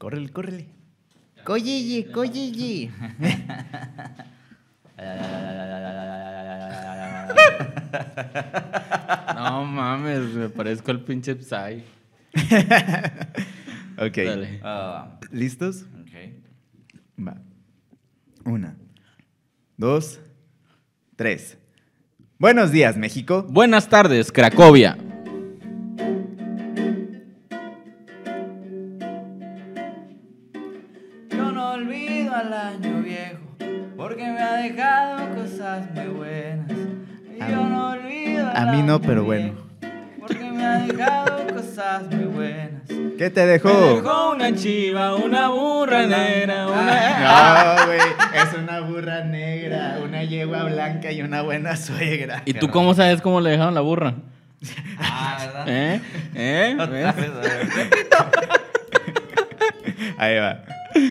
Córrele, córrele. Coyille, coyille. No mames, me parezco al pinche Psy. Ok. Dale. ¿Listos? Ok. Va. 1, 2, 3. Buenos días, México. Buenas tardes, Cracovia. Yo no olvido al año viejo porque me ha dejado cosas muy buenas. Y yo no olvido al a mí no, año pero bueno. viejo porque me ha dejado cosas muy buenas. ¿Qué te dejó? Me dejó una chiva, una burra negra, una... No, güey, es una burra negra, una yegua blanca y una buena suegra. ¿Y tú cómo sabes cómo le dejaron la burra? ¿Verdad? ¿Eh? Otra ¿Ves? vez, a ver. Ahí va.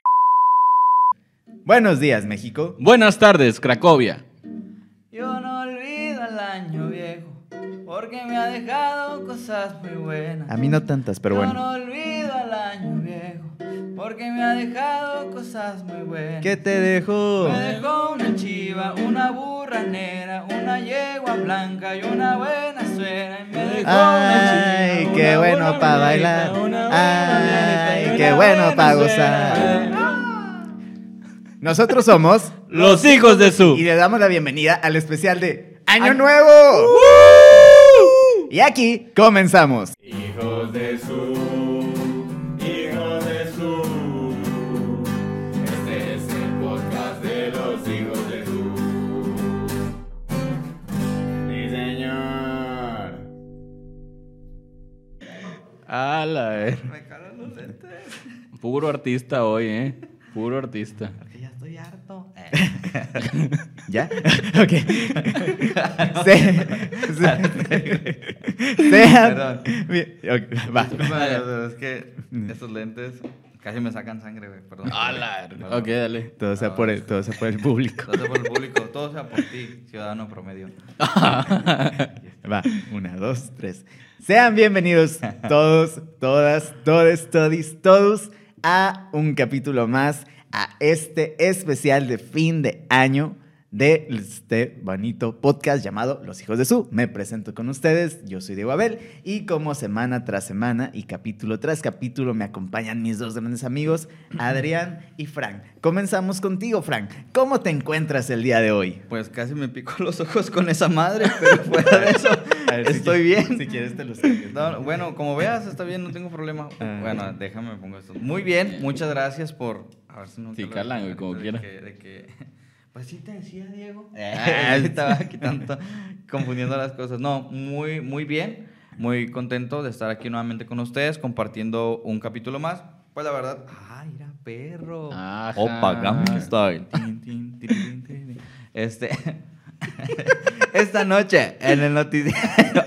Buenos días, México. Buenas tardes, Cracovia. Yo no olvido al año viejo porque me ha dejado cosas muy buenas. A mí no tantas, pero Yo bueno. no olvido al año viejo porque me ha dejado cosas muy buenas. ¿Qué te dejó? Me dejó una chiva, una burra negra, una yegua blanca y una buena suegra. Y me dejó Ay, una chiva, qué una bueno burra para negra, bailar. una buena blanca y Ay, una qué bueno buena para suegra. gozar. Nosotros somos Los hijos de su... y le damos la bienvenida al especial de Año Año- Nuevo. Y aquí comenzamos. Hijos de su, hijos de su. Este es el podcast de los hijos de su. Sí, señor. A la ver. Me calan los lentes. Puro artista hoy, Puro artista. Porque ya estoy harto. ¿Ya? Ok. Sean. Perdón. Ok, va. Disculpa, pero es que estos lentes casi me sacan sangre, güey. Perdón. Perdón. Ok, dale. Todo sea por el público. Todo sea por el público, todo sea por ti, ciudadano promedio. Va, 1, 2, 3. Sean bienvenidos todos, todas, todes, todis, todos a un capítulo más, a este especial de fin de año de este bonito podcast llamado Los Hijos de Su. Me presento con ustedes, yo soy Diego Abel y como semana tras semana y capítulo tras capítulo me acompañan mis dos grandes amigos, Adrián y Frank. Comenzamos contigo, Frank. ¿Cómo te encuentras el día de hoy? Pues casi me pico los ojos con esa madre, pero fuera de eso, A ver, estoy bien. Si quieres te los cambio. No, bueno, como veas, está bien, no tengo problema. Bueno, déjame pongo esto. Muy bien, muchas gracias por... A ver si no Sí, te lo- calan, güey, como de quiera. Pues sí te decía, Diego. Estaba aquí tanto confundiendo las cosas. No, muy, muy bien. Muy contento de estar aquí nuevamente con ustedes, compartiendo un capítulo más. Pues la verdad... ¡Ay, era perro! Ajá. Opa, Gangnam Style. Esta noche en el noticiero.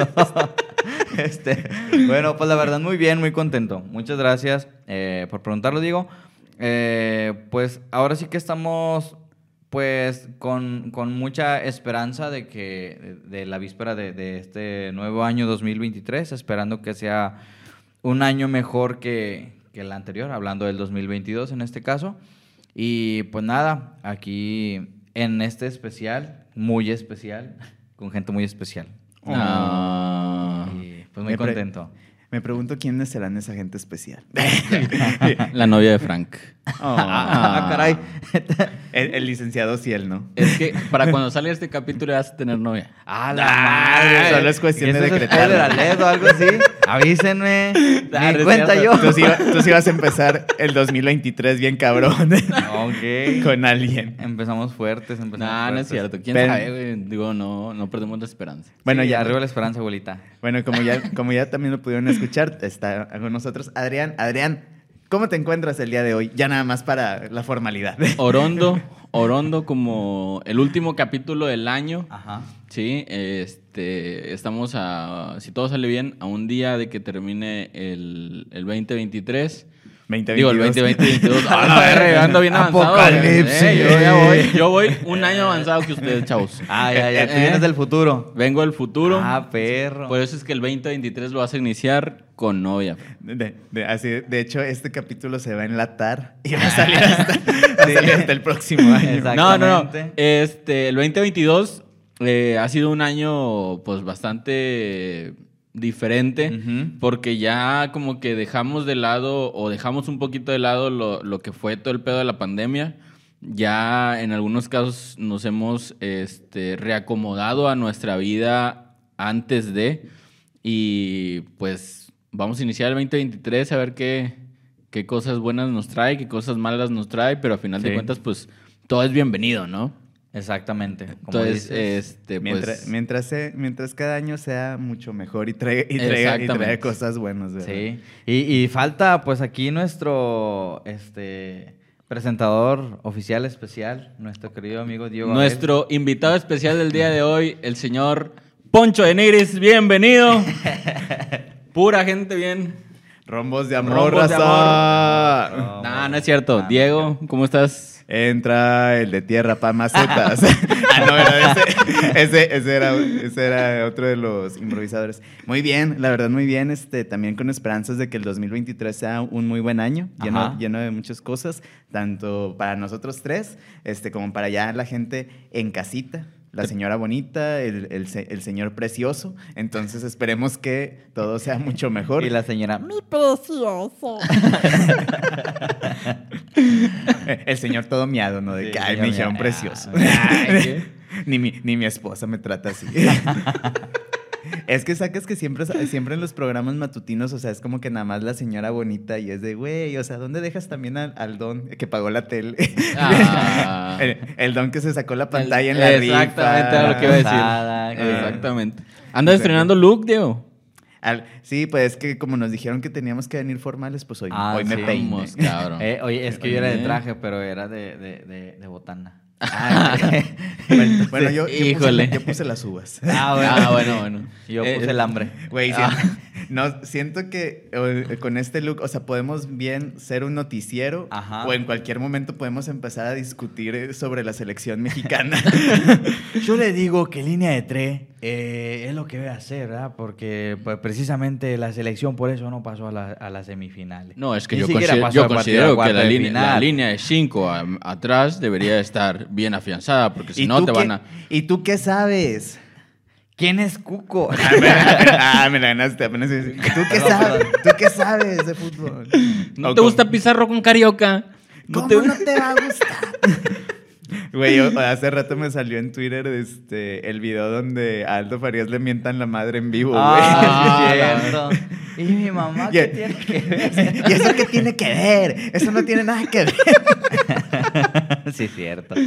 Bueno, pues la verdad, muy bien, muy contento. Muchas gracias por preguntarlo, Diego. Pues ahora sí que estamos pues con mucha esperanza de que de la víspera de este nuevo año 2023, esperando que sea un año mejor que el anterior, hablando del 2022 en este caso. Y pues nada, aquí en este especial, muy especial, con gente muy especial. Ah, Y pues muy Me pre- contento. Me pregunto quiénes serán esa gente especial. la novia de Frank. Ah, caray. El licenciado Ciel, ¿no? Es que para cuando salga este capítulo ya vas a tener novia. ¡Ah, la madre! Solo es cuestión de ¿Eso es decretarlo. spoiler alert o algo así? Avísenme. Ah, Ni no es cuenta cierto. yo. Tú sí vas a empezar el 2023 bien cabrón Ok. con alguien. Empezamos fuertes, empezamos No, no es fuertes. cierto. ¿Quién Pero- sabe, güey? Digo, no perdemos la esperanza. Bueno, Sí, ya arriba la esperanza, abuelita. Bueno, como ya también lo pudieron escuchar, está con nosotros Adrián. Adrián, ¿cómo te encuentras el día de hoy? Ya nada más para la formalidad. Orondo como el último capítulo del año. Ajá. Sí, estamos si todo sale bien, a un día de que termine el 2023. Digo, el 2022. Ah, la verga, yo ando bien avanzado. Apocalipsis. Yo voy un año avanzado que ustedes, chavos. Ya, tú vienes del futuro. Vengo del futuro. Ah, perro. Por eso es que el 2023 lo vas a iniciar con novia. De hecho, este capítulo se va a enlatar y va a salir hasta el próximo año. Exacto. No. Exactamente. El 2022 ha sido un año pues bastante diferente, Ujú. porque ya como que dejamos un poquito de lado lo que fue todo el pedo de la pandemia. Ya en algunos casos nos hemos reacomodado a nuestra vida antes de, y pues vamos a iniciar el 2023 a ver qué cosas buenas nos trae, qué cosas malas nos trae, pero a final de Sí. cuentas pues todo es bienvenido, ¿no? Exactamente. Como Entonces, dices. Mientras cada año sea mucho mejor y traiga Exactamente. cosas buenas, ¿verdad? Sí. Y falta, pues, aquí nuestro presentador oficial especial, nuestro querido amigo Diego. Nuestro invitado especial del día de hoy, el señor Poncho de Nigris, bienvenido. Pura gente bien. Rombos de amor, Rombos de raza. amor. No es cierto. Diego, ¿cómo estás? Entra el de tierra pa' macetas. Ese era otro de los improvisadores. Muy bien, la verdad, muy bien. También con esperanzas de que el 2023 sea un muy buen año, Ajá. lleno de muchas cosas, tanto para nosotros tres, como para ya la gente en casita. La señora bonita, el señor precioso. Entonces esperemos que todo sea mucho mejor. Y la señora. Mi precioso. El señor todo miado, ¿no? De Sí, que, ay, ya me me- dijeron precioso. Ay, ni mi esposa me trata así. Es que sacas que siempre en los programas matutinos, o sea, es como que nada más la señora bonita y es de, güey, o sea, ¿dónde dejas también al don que pagó la tele? Ah. el don que se sacó la pantalla en la rifa. Exactamente, era lo que iba a decir. Pasada, Exactamente. ¿Andas estrenando look, Diego? Sí, pues es que como nos dijeron que teníamos que venir formales, pues hoy me sí. peiné. Vamos, cabrón. Oye, es que yo era de Bien. traje, pero era de botana. Bueno, yo Híjole. puse las uvas. Bueno. Yo puse el hambre. Güey, siento que con este look, o sea, podemos bien ser un noticiero Ajá. o en cualquier momento podemos empezar a discutir sobre la selección mexicana. Yo le digo que línea de tres es lo que voy a hacer, ¿verdad? Porque pues, precisamente la selección por eso no pasó a las semifinales. No, es que Ni yo siquiera pasó yo al partido considero de que cuartos de la final. línea de 5 atrás debería estar bien afianzada, porque si no te van a... ¿Y tú qué sabes? ¿Quién es Cuco? Me la ganaste apenas. ¿Tú qué sabes de fútbol? ¿No te gusta Pizarro con Carioca? ¿Cómo no te va a gustar? Güey, hace rato me salió en Twitter el video donde a Aldo Farías le mientan la madre en vivo, güey. Ah, güey. sí, cierto. ¿Y mi mamá qué tiene que ver? ¿Y eso qué tiene que ver? Eso no tiene nada que ver. Sí, cierto.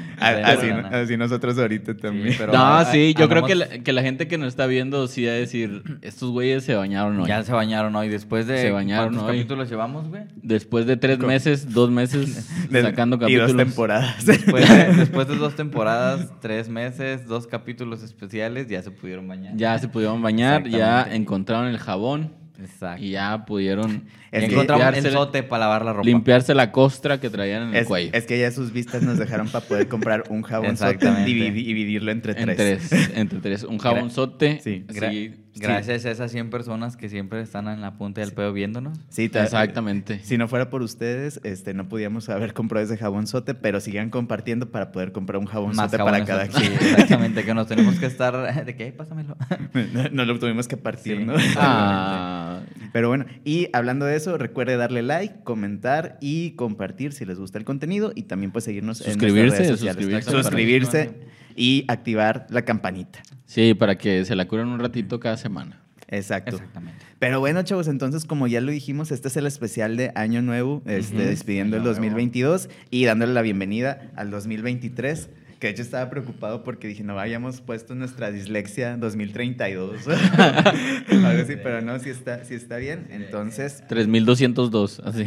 Así nosotros ahorita también. Sí, pero No, sí, yo creo andamos- que la gente que nos está viendo sí va a decir, estos güeyes se bañaron hoy. Ya se bañaron hoy. Después de... Se bañaron ¿cuántos hoy. capítulos llevamos, güey? Después de 3 meses, 2 meses sacando Y capítulos. 2 temporadas. Después de 2 temporadas, 3 meses, 2 capítulos especiales, ya se pudieron bañar. Ya se pudieron bañar, ya Exactamente. encontraron el jabón Exacto. y ya pudieron Ya Es que encontramos el limpiarse- sote para lavar la ropa. limpiarse la costra que traían en el Es, cuello. es que ya sus vistas nos dejaron para poder comprar un jabón Exactamente. y dividirlo entre Entre tres. entre tres. Un jabonzote. Sí. Sí. Gracias a esas 100 personas que siempre están en la punta del pedo viéndonos. Sí, Exactamente. Si no fuera por ustedes, no podíamos haber comprado ese jabonzote, pero sigan compartiendo para poder comprar un jabonzote para jabones. cada Sí, quien. exactamente, que nos tenemos que estar... ¿De qué? Pásamelo. No lo tuvimos que partir, Sí. ¿no? Ah, Pero bueno, y hablando de eso, recuerde darle like, comentar y compartir si les gusta el contenido y también pues seguirnos en Suscribirse, nuestras redes sociales. suscribirse. Suscribirse y activar la campanita. sí, para que se la curen un ratito cada semana. Exacto. Exactamente. Pero bueno, chavos, entonces como ya lo dijimos, este es el especial de Año Nuevo, despidiendo el Año 2022 y dándole la bienvenida al 2023. Que de hecho estaba preocupado porque dije, no habíamos puesto nuestra dislexia 2032. Algo así, pero no, sí está bien. Entonces, 3202, así.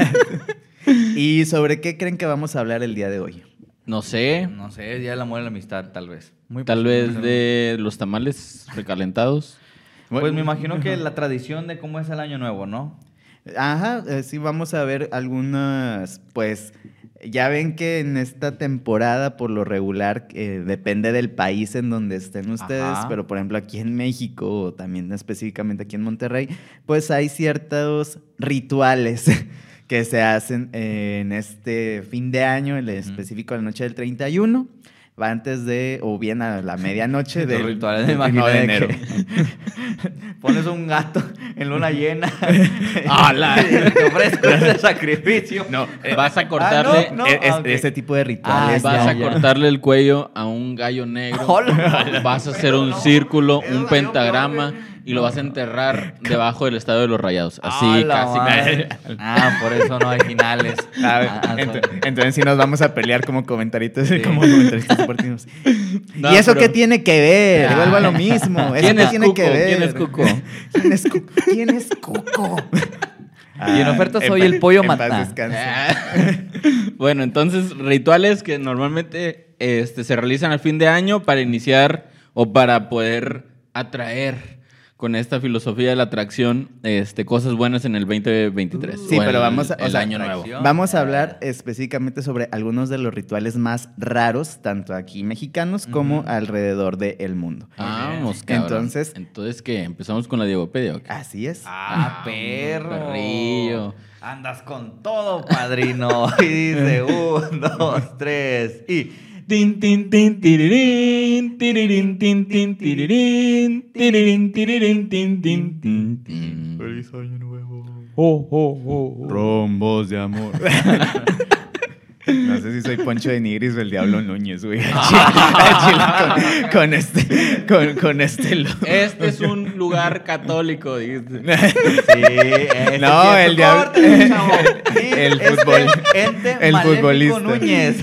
¿y sobre qué creen que vamos a hablar el día de hoy? No sé, No sé, Día del Amor y la Amistad, tal vez. Muy tal posible. vez de los tamales recalentados. Pues me imagino que la tradición de cómo es el Año Nuevo, ¿no? Ajá, sí, vamos a ver algunas, pues, ya ven que en esta temporada, por lo regular, depende del país en donde estén ustedes, Ajá. pero por ejemplo aquí en México, o también específicamente aquí en Monterrey, pues hay ciertos rituales que se hacen en este fin de año, en específico la noche del 31, va antes de, o bien a la medianoche Los del rituales, del me 1 imagino de de enero. que pones un gato en luna llena. ¡Hala! Te ofrezco ese sacrificio. No, Vas a cortarle, no. ok. Ok. Tipo de rituales. vas ya, a ya. cortarle el cuello a un gallo negro. Hola. Vas a hacer un No, círculo, eso un salió pentagrama peor, y lo vas a enterrar debajo del Estadio de los Rayados. Así, Ah, la casi. madre. Por eso no hay finales. A ver, entonces sí nos vamos a pelear como comentaristas, como comentaristas deportivos. No, ¿Y eso pero- qué tiene que ver? Ah. Vuelvo a lo mismo. ¿Eso ¿Quién qué es tiene Cuco? que ver? ¿Quién es Cuco? ¿Quién es Cuco? Y en oferta soy el pollo en paz matá. descanse. Bueno, entonces, rituales que normalmente se realizan al fin de año para iniciar o para poder atraer con esta filosofía de la atracción cosas buenas en el 2023. Sí, o pero el- vamos a, o el sea, año nuevo. Vamos a hablar específicamente sobre algunos de los rituales más raros, tanto aquí mexicanos como alrededor del mundo. Vamos, cabrón. Entonces, ¿qué? ¿Empezamos con la Diegopedia o qué? Así es. Perro. perrillo. Andas con todo, padrino. Y dice 1, 2, 3 y... Tin, tin, tin, tirirín, tirirín, tin, tin, tirirín, tirirín, tirirín, tin, tin, tin, tin. Feliz año nuevo. Oh. Rombos de amor. No sé si soy Poncho de Nigris o el Diablo Núñez, güey. Con este Este es un lugar católico, dijiste. Sí, No, el diablo. Córtale, chavo. Sí, El este fútbol. ente El maléfico futbolista. Núñez.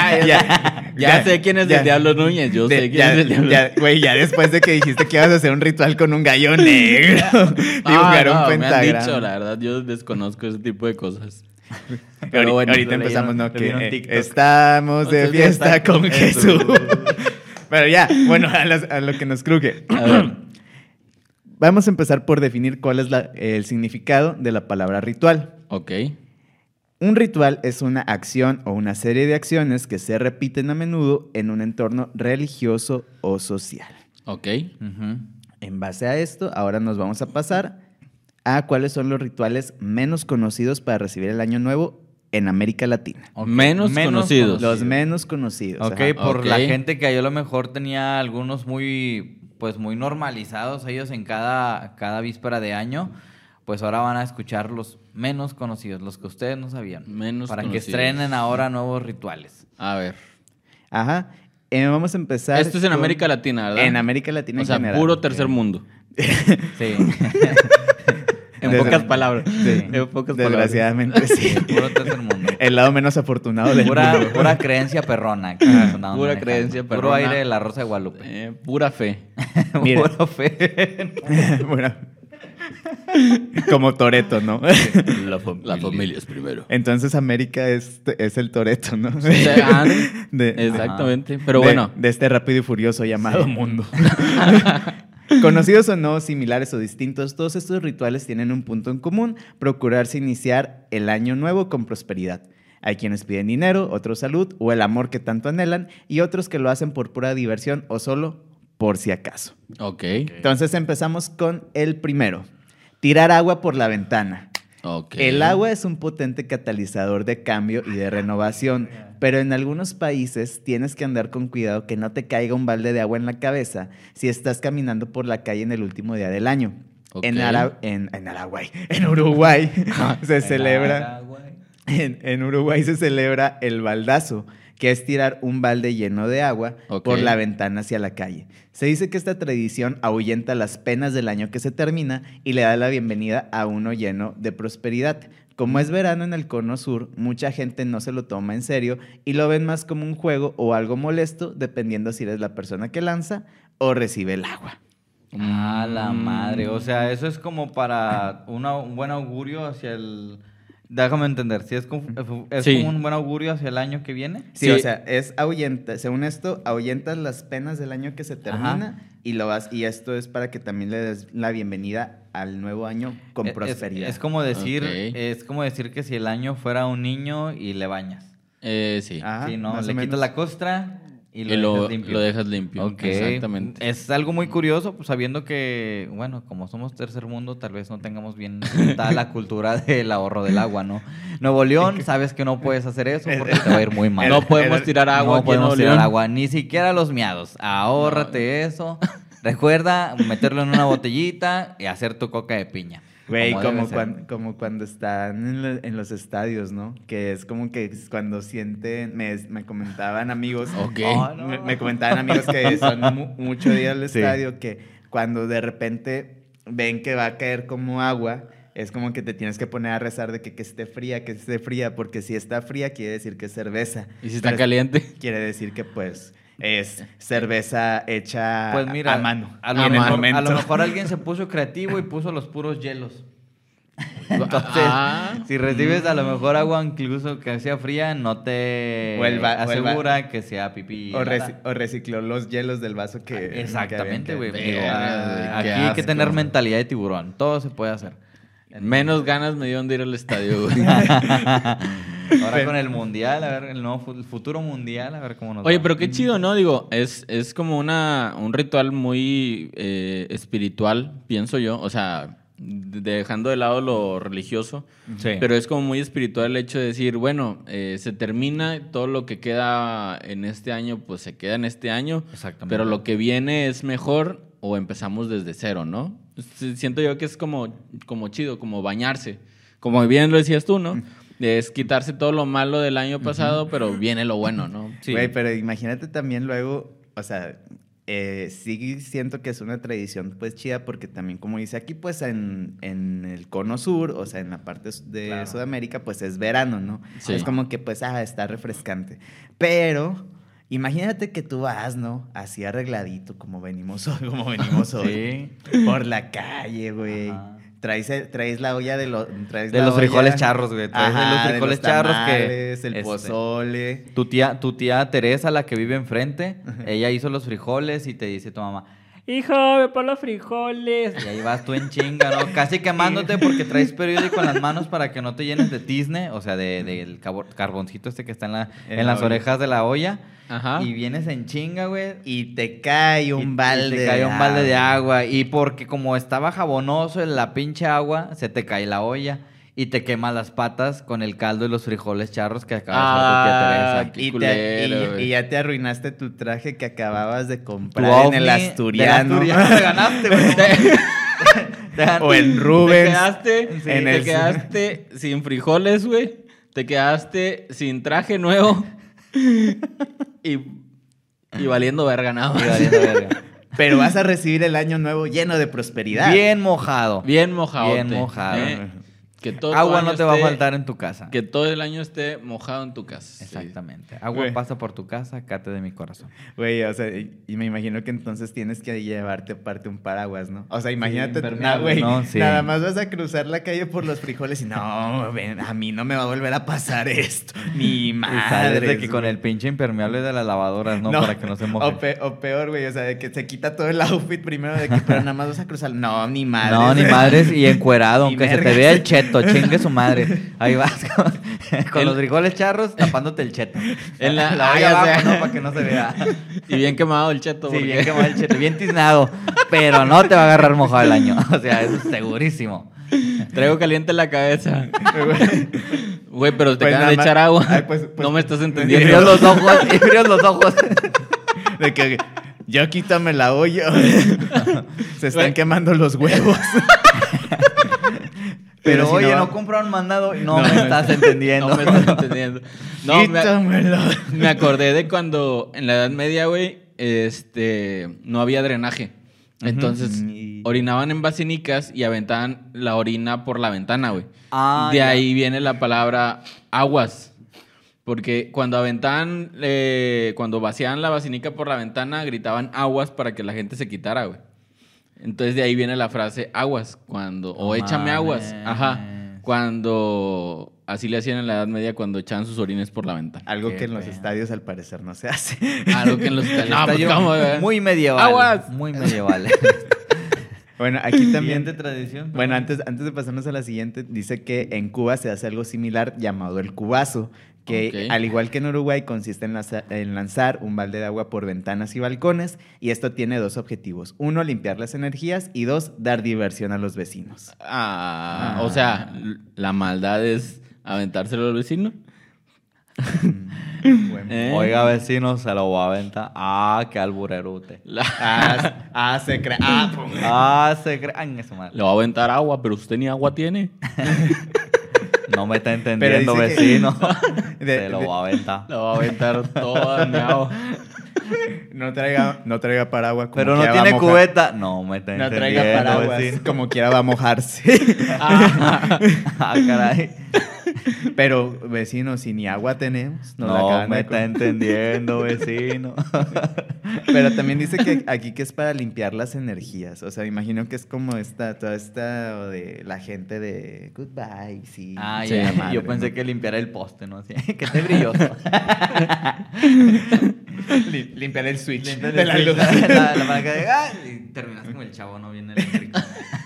Ya sé quién es el Diablo Núñez, yo sé quién es el Diablo Núñez. Güey, ya después de que dijiste que ibas a hacer un ritual con un gallo negro, dibujar un me han pentagrama. dicho, la verdad, yo desconozco ese tipo de cosas. Pero bueno, ahorita le empezamos, dieron- ¿no? le Que dieron TikTok. estamos de Entonces, fiesta está con con Jesús. Pero ya, bueno, a lo que nos cruje. A ver. Vamos a empezar por definir cuál es el significado de la palabra ritual. Ok. Un ritual es una acción o una serie de acciones que se repiten a menudo en un entorno religioso o social. Ok. Ujú. En base a esto, ahora nos vamos a pasar a cuáles son los rituales menos conocidos para recibir el Año Nuevo en América Latina. Ok, Menos conocidos. Los menos conocidos. Ok, ajá. por Ok. la gente que yo a lo mejor tenía algunos muy normalizados ellos en cada víspera de año, pues ahora van a escuchar los menos conocidos, los que ustedes no sabían. Menos para conocidos. que estrenen ahora nuevos rituales. A ver. Ajá. Vamos a empezar. Esto es en con- América Latina, ¿verdad? En América Latina O sea, en general. puro tercer mundo. Sí. En Desde- pocas palabras. Sí. En pocas palabras. Desgraciadamente, sí. Puro tercer mundo. El lado menos afortunado del mundo. Pura creencia perrona. que nos andamos Pura manejando. creencia Puro perrona. aire de la Rosa de Guadalupe. Pura fe. Mire. Puro fe. Bueno, como Toreto, ¿no? La familia es primero. Entonces América es el Toreto, ¿no? Exactamente. Pero de- bueno. De este rápido y furioso llamado mundo. Conocidos o no, similares o distintos, todos estos rituales tienen un punto en común: procurarse iniciar el año nuevo con prosperidad. Hay quienes piden dinero, otros salud o el amor que tanto anhelan, y otros que lo hacen por pura diversión o solo por si acaso. Ok. Entonces empezamos con el primero: tirar agua por la ventana. Ok. El agua es un potente catalizador de cambio y de renovación, pero en algunos países tienes que andar con cuidado que no te caiga un balde de agua en la cabeza si estás caminando por la calle en el último día del año. Ok. En Uruguay se celebra... En Uruguay se celebra el baldazo, que es tirar un balde lleno de agua Ok. por la ventana hacia la calle. Se dice que esta tradición ahuyenta las penas del año que se termina y le da la bienvenida a uno lleno de prosperidad. Como es verano en el Cono Sur, mucha gente no se lo toma en serio y lo ven más como un juego o algo molesto, dependiendo si eres la persona que lanza o recibe el agua. Ah, la madre. O sea, eso es como para un buen augurio hacia el Déjame entender, si es, Sí. como un buen augurio hacia el año que viene. Sí, Sí. o sea, según esto, ahuyentas las penas del año que se termina y esto es para que también le des la bienvenida al nuevo año con prosperidad. Es como decir, Ok. es como decir que si el año fuera un niño y le bañas. Sí. Ajá, Sí, ¿no? más Le o quitas menos. la costra y Y lo dejas limpio. lo dejas limpio. Ok. Exactamente. Es algo muy curioso, pues, sabiendo que, bueno, como somos tercer mundo, tal vez no tengamos bien sentada la cultura del ahorro del agua, ¿no? Nuevo León, sabes que no puedes hacer eso porque te va a ir muy mal. No podemos tirar agua No aquí en podemos Nuevo tirar León. agua, ni siquiera los miados. Ahórrate eso. Recuerda meterlo en una botellita y hacer tu coca de piña. Güey, debe como, ser. como cuando están en los estadios, ¿no? Que es como que cuando sienten, me comentaban amigos, Ok. no. me comentaban amigos que son mucho de ir al Sí. estadio, que cuando de repente ven que va a caer como agua, es como que te tienes que poner a rezar de que esté fría, porque si está fría quiere decir que es cerveza. ¿Y si está Pero caliente? quiere decir que pues es cerveza hecha Pues mira, a mano. a lo, en el mejor, momento. a lo mejor alguien se puso creativo y puso los puros hielos. Entonces, si recibes a lo mejor agua incluso que sea fría, no te O el va- asegura que sea pipí. O, helada. o recicló los hielos del vaso que... Exactamente, que güey. habían Digo, Verga, aquí qué hay que asco. tener mentalidad de tiburón. Todo se puede hacer. Menos ganas me dieron de ir al estadio, güey. Ahora con el mundial, a ver, el futuro mundial, a ver cómo nos Oye, va. pero qué chido, ¿no? Digo, es como un ritual muy espiritual, pienso yo. O sea, dejando de lado lo religioso. Sí. Pero es como muy espiritual el hecho de decir, bueno, se termina, todo lo que queda en este año, pues se queda en este año. Exactamente. Pero lo que viene es mejor o empezamos desde cero, ¿no? Siento yo que es como chido, como bañarse. Como bien lo decías tú, ¿no? Es quitarse todo lo malo del año pasado, pero viene lo bueno, ¿no? Sí. Güey, pero imagínate también luego, o sea, sí siento que es una tradición pues chida porque también como dice aquí pues en el cono sur, o sea, en la parte de Claro. Sudamérica pues es verano, ¿no? Sí. Es como que pues está refrescante. Pero imagínate que tú vas, ¿no? Así arregladito como venimos hoy, Sí. por la calle, güey. Ajá. Traes la olla de los De los frijoles charros, güey. Traes de los frijoles charros que, tamales, el este, pozole. Tu tía Teresa, la que vive enfrente, ella hizo los frijoles y te dice tu mamá, hijo, ve por los frijoles. Y ahí vas tú en chinga, ¿no? Casi quemándote porque traes periódico en las manos para que no te llenes de tizne, o sea, del carboncito este que está en las olla. orejas de la olla. Ajá. Y vienes en chinga, güey. Y te cae un balde. Y te cae un balde de agua. Y porque como estaba jabonoso la pinche agua, se te cae la olla. Y te quema las patas con el caldo y los frijoles charros que acaba de hacer tu tía Teresa. Qué Y, culero, güey. y ya te arruinaste tu traje que acababas de Tu comprar en ovni el del Asturiano. Te ganaste, güey. O en Rubens. Te quedaste sin frijoles, güey. Te quedaste sin traje nuevo. y valiendo verga, ¿no? Y valiendo verga. Pero vas a recibir el año nuevo lleno de prosperidad. Bien mojado. Bien mojado. Bien mojado. Que todo tu Agua año no te va a esté- faltar en tu casa. Que todo el año esté mojado en tu casa. Sí. Exactamente. Agua Güey. pasa por tu casa, cate de mi corazón. Güey, o sea, y me imagino que entonces tienes que llevarte aparte un paraguas, ¿no? O sea, imagínate, impermeable, güey, ¿no? Sí. nada más vas a cruzar la calle por los frijoles y no, ven, a mí no me va a volver a pasar esto, ni Y madre. sales de que con el pinche impermeable de las lavadoras, ¿no? Para que no se moje. O peor, güey, o sea, de que se quita todo el outfit primero de que, pero nada más vas a cruzar. No, ni madre. No, ni madres y encuerado, Ni aunque se te vergas. vea el cheto, chingue su madre. Ahí vas con los frijoles charros tapándote el cheto. En la- olla ya abajo, sé. ¿no? Para que no se vea. Y bien quemado el cheto. Sí, porque- bien quemado el cheto, bien tiznado. Pero no te va a agarrar mojado el año. O sea, eso es segurísimo. Traigo caliente la cabeza. Güey, pero te Pues acaban nada de más- echar agua. Ay, pues- no me estás Y entendiendo. fríos los ojos, y fríos los ojos. De que ya quítame la olla. Se están Güey. quemando los huevos. Pero si oye, no- no compraron mandado. No me estás entendiendo. No me estás entendiendo. No, Quítamelo. me acordé de cuando en la Edad Media, güey, no había drenaje. Entonces, Ujú. orinaban en basinicas y aventaban la orina por la ventana, güey. Ah, de ya. ahí viene la palabra aguas. Porque cuando aventaban, cuando vaciaban la basinica por la ventana, gritaban aguas para que la gente se quitara, güey. Entonces de ahí viene la frase aguas, cuando, o No échame aguas. mames. Ajá. Cuando así le hacían en la Edad Media cuando echaban sus orines por la ventana. Algo Qué que en los feo. estadios al parecer no se hace. Algo que en los... No, pues, Estadio ¿cómo, güey? muy medieval. Aguas. Muy medieval. Bueno, aquí también... Siguiente tradición. Bueno, antes de pasarnos a la siguiente, dice que en Cuba se hace algo similar llamado el cubazo, que Ok. al igual que en Uruguay consiste en lanzar un balde de agua por ventanas y balcones, y esto tiene dos objetivos. Uno, limpiar las energías, y dos, dar diversión a los vecinos. O sea, la maldad es aventárselo al vecino. Bueno. Oiga, vecino, se lo voy a aventar. Ah, qué alburerute. Se cree. Pum. Se crean eso, madre. Le va a aventar agua, pero usted ni agua tiene. No me está entendiendo, Pero dice que- vecino. De- Se lo de- voy a aventar. Le va a aventar toda mi agua. No traiga paraguas. como Pero no quiera va a tiene mojar. cubeta. No me está No entendiendo, traiga paraguas. vecino. Como quiera va a mojarse. Ah, caray. Pero, vecino, si ni agua tenemos, nos la No acaban me de está entendiendo, vecino. Pero también dice que aquí que es para limpiar las energías. O sea, me imagino que es como toda esta de la gente de goodbye, sí. Ah, Sí, ya. madre, Yo pensé ¿no? que limpiara el poste, ¿no? Así, que esté brilloso. Limpiar el switch Limpiar de el la switch, luz. la palanca de gas y terminas como el chavo, ¿no? Bien eléctrico.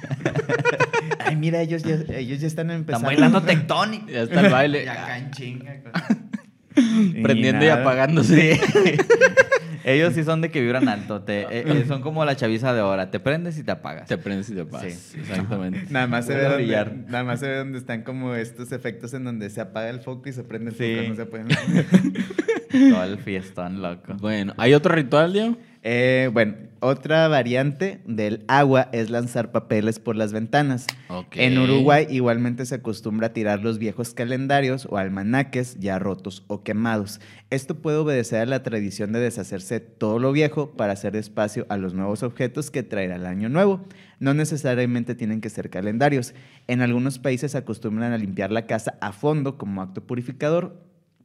Ay, mira, ellos ya están Están empezando. bailando tectónico. Ya está el baile. Ya acá en chinga. Prendiendo y nada. apagándose. Ellos sí son de que vibran alto. Son como la chaviza de ahora. Te prendes y te apagas. Te prendes y te pasas. Sí. Exactamente. Nada más se Vuelve a ve brillar. nada más se ve donde están como estos efectos en donde se apaga el foco y se prende el Sí. foco, no se pueden. Todo el fiestón, loco. Bueno, ¿hay otro ritual, Diego? Bueno, otra variante del agua es lanzar papeles por las ventanas. Ok. En Uruguay igualmente se acostumbra a tirar los viejos calendarios o almanaques ya rotos o quemados. Esto puede obedecer a la tradición de deshacerse de todo lo viejo para hacer espacio a los nuevos objetos que traerá el año nuevo. No necesariamente tienen que ser calendarios. En algunos países se acostumbran a limpiar la casa a fondo como acto purificador,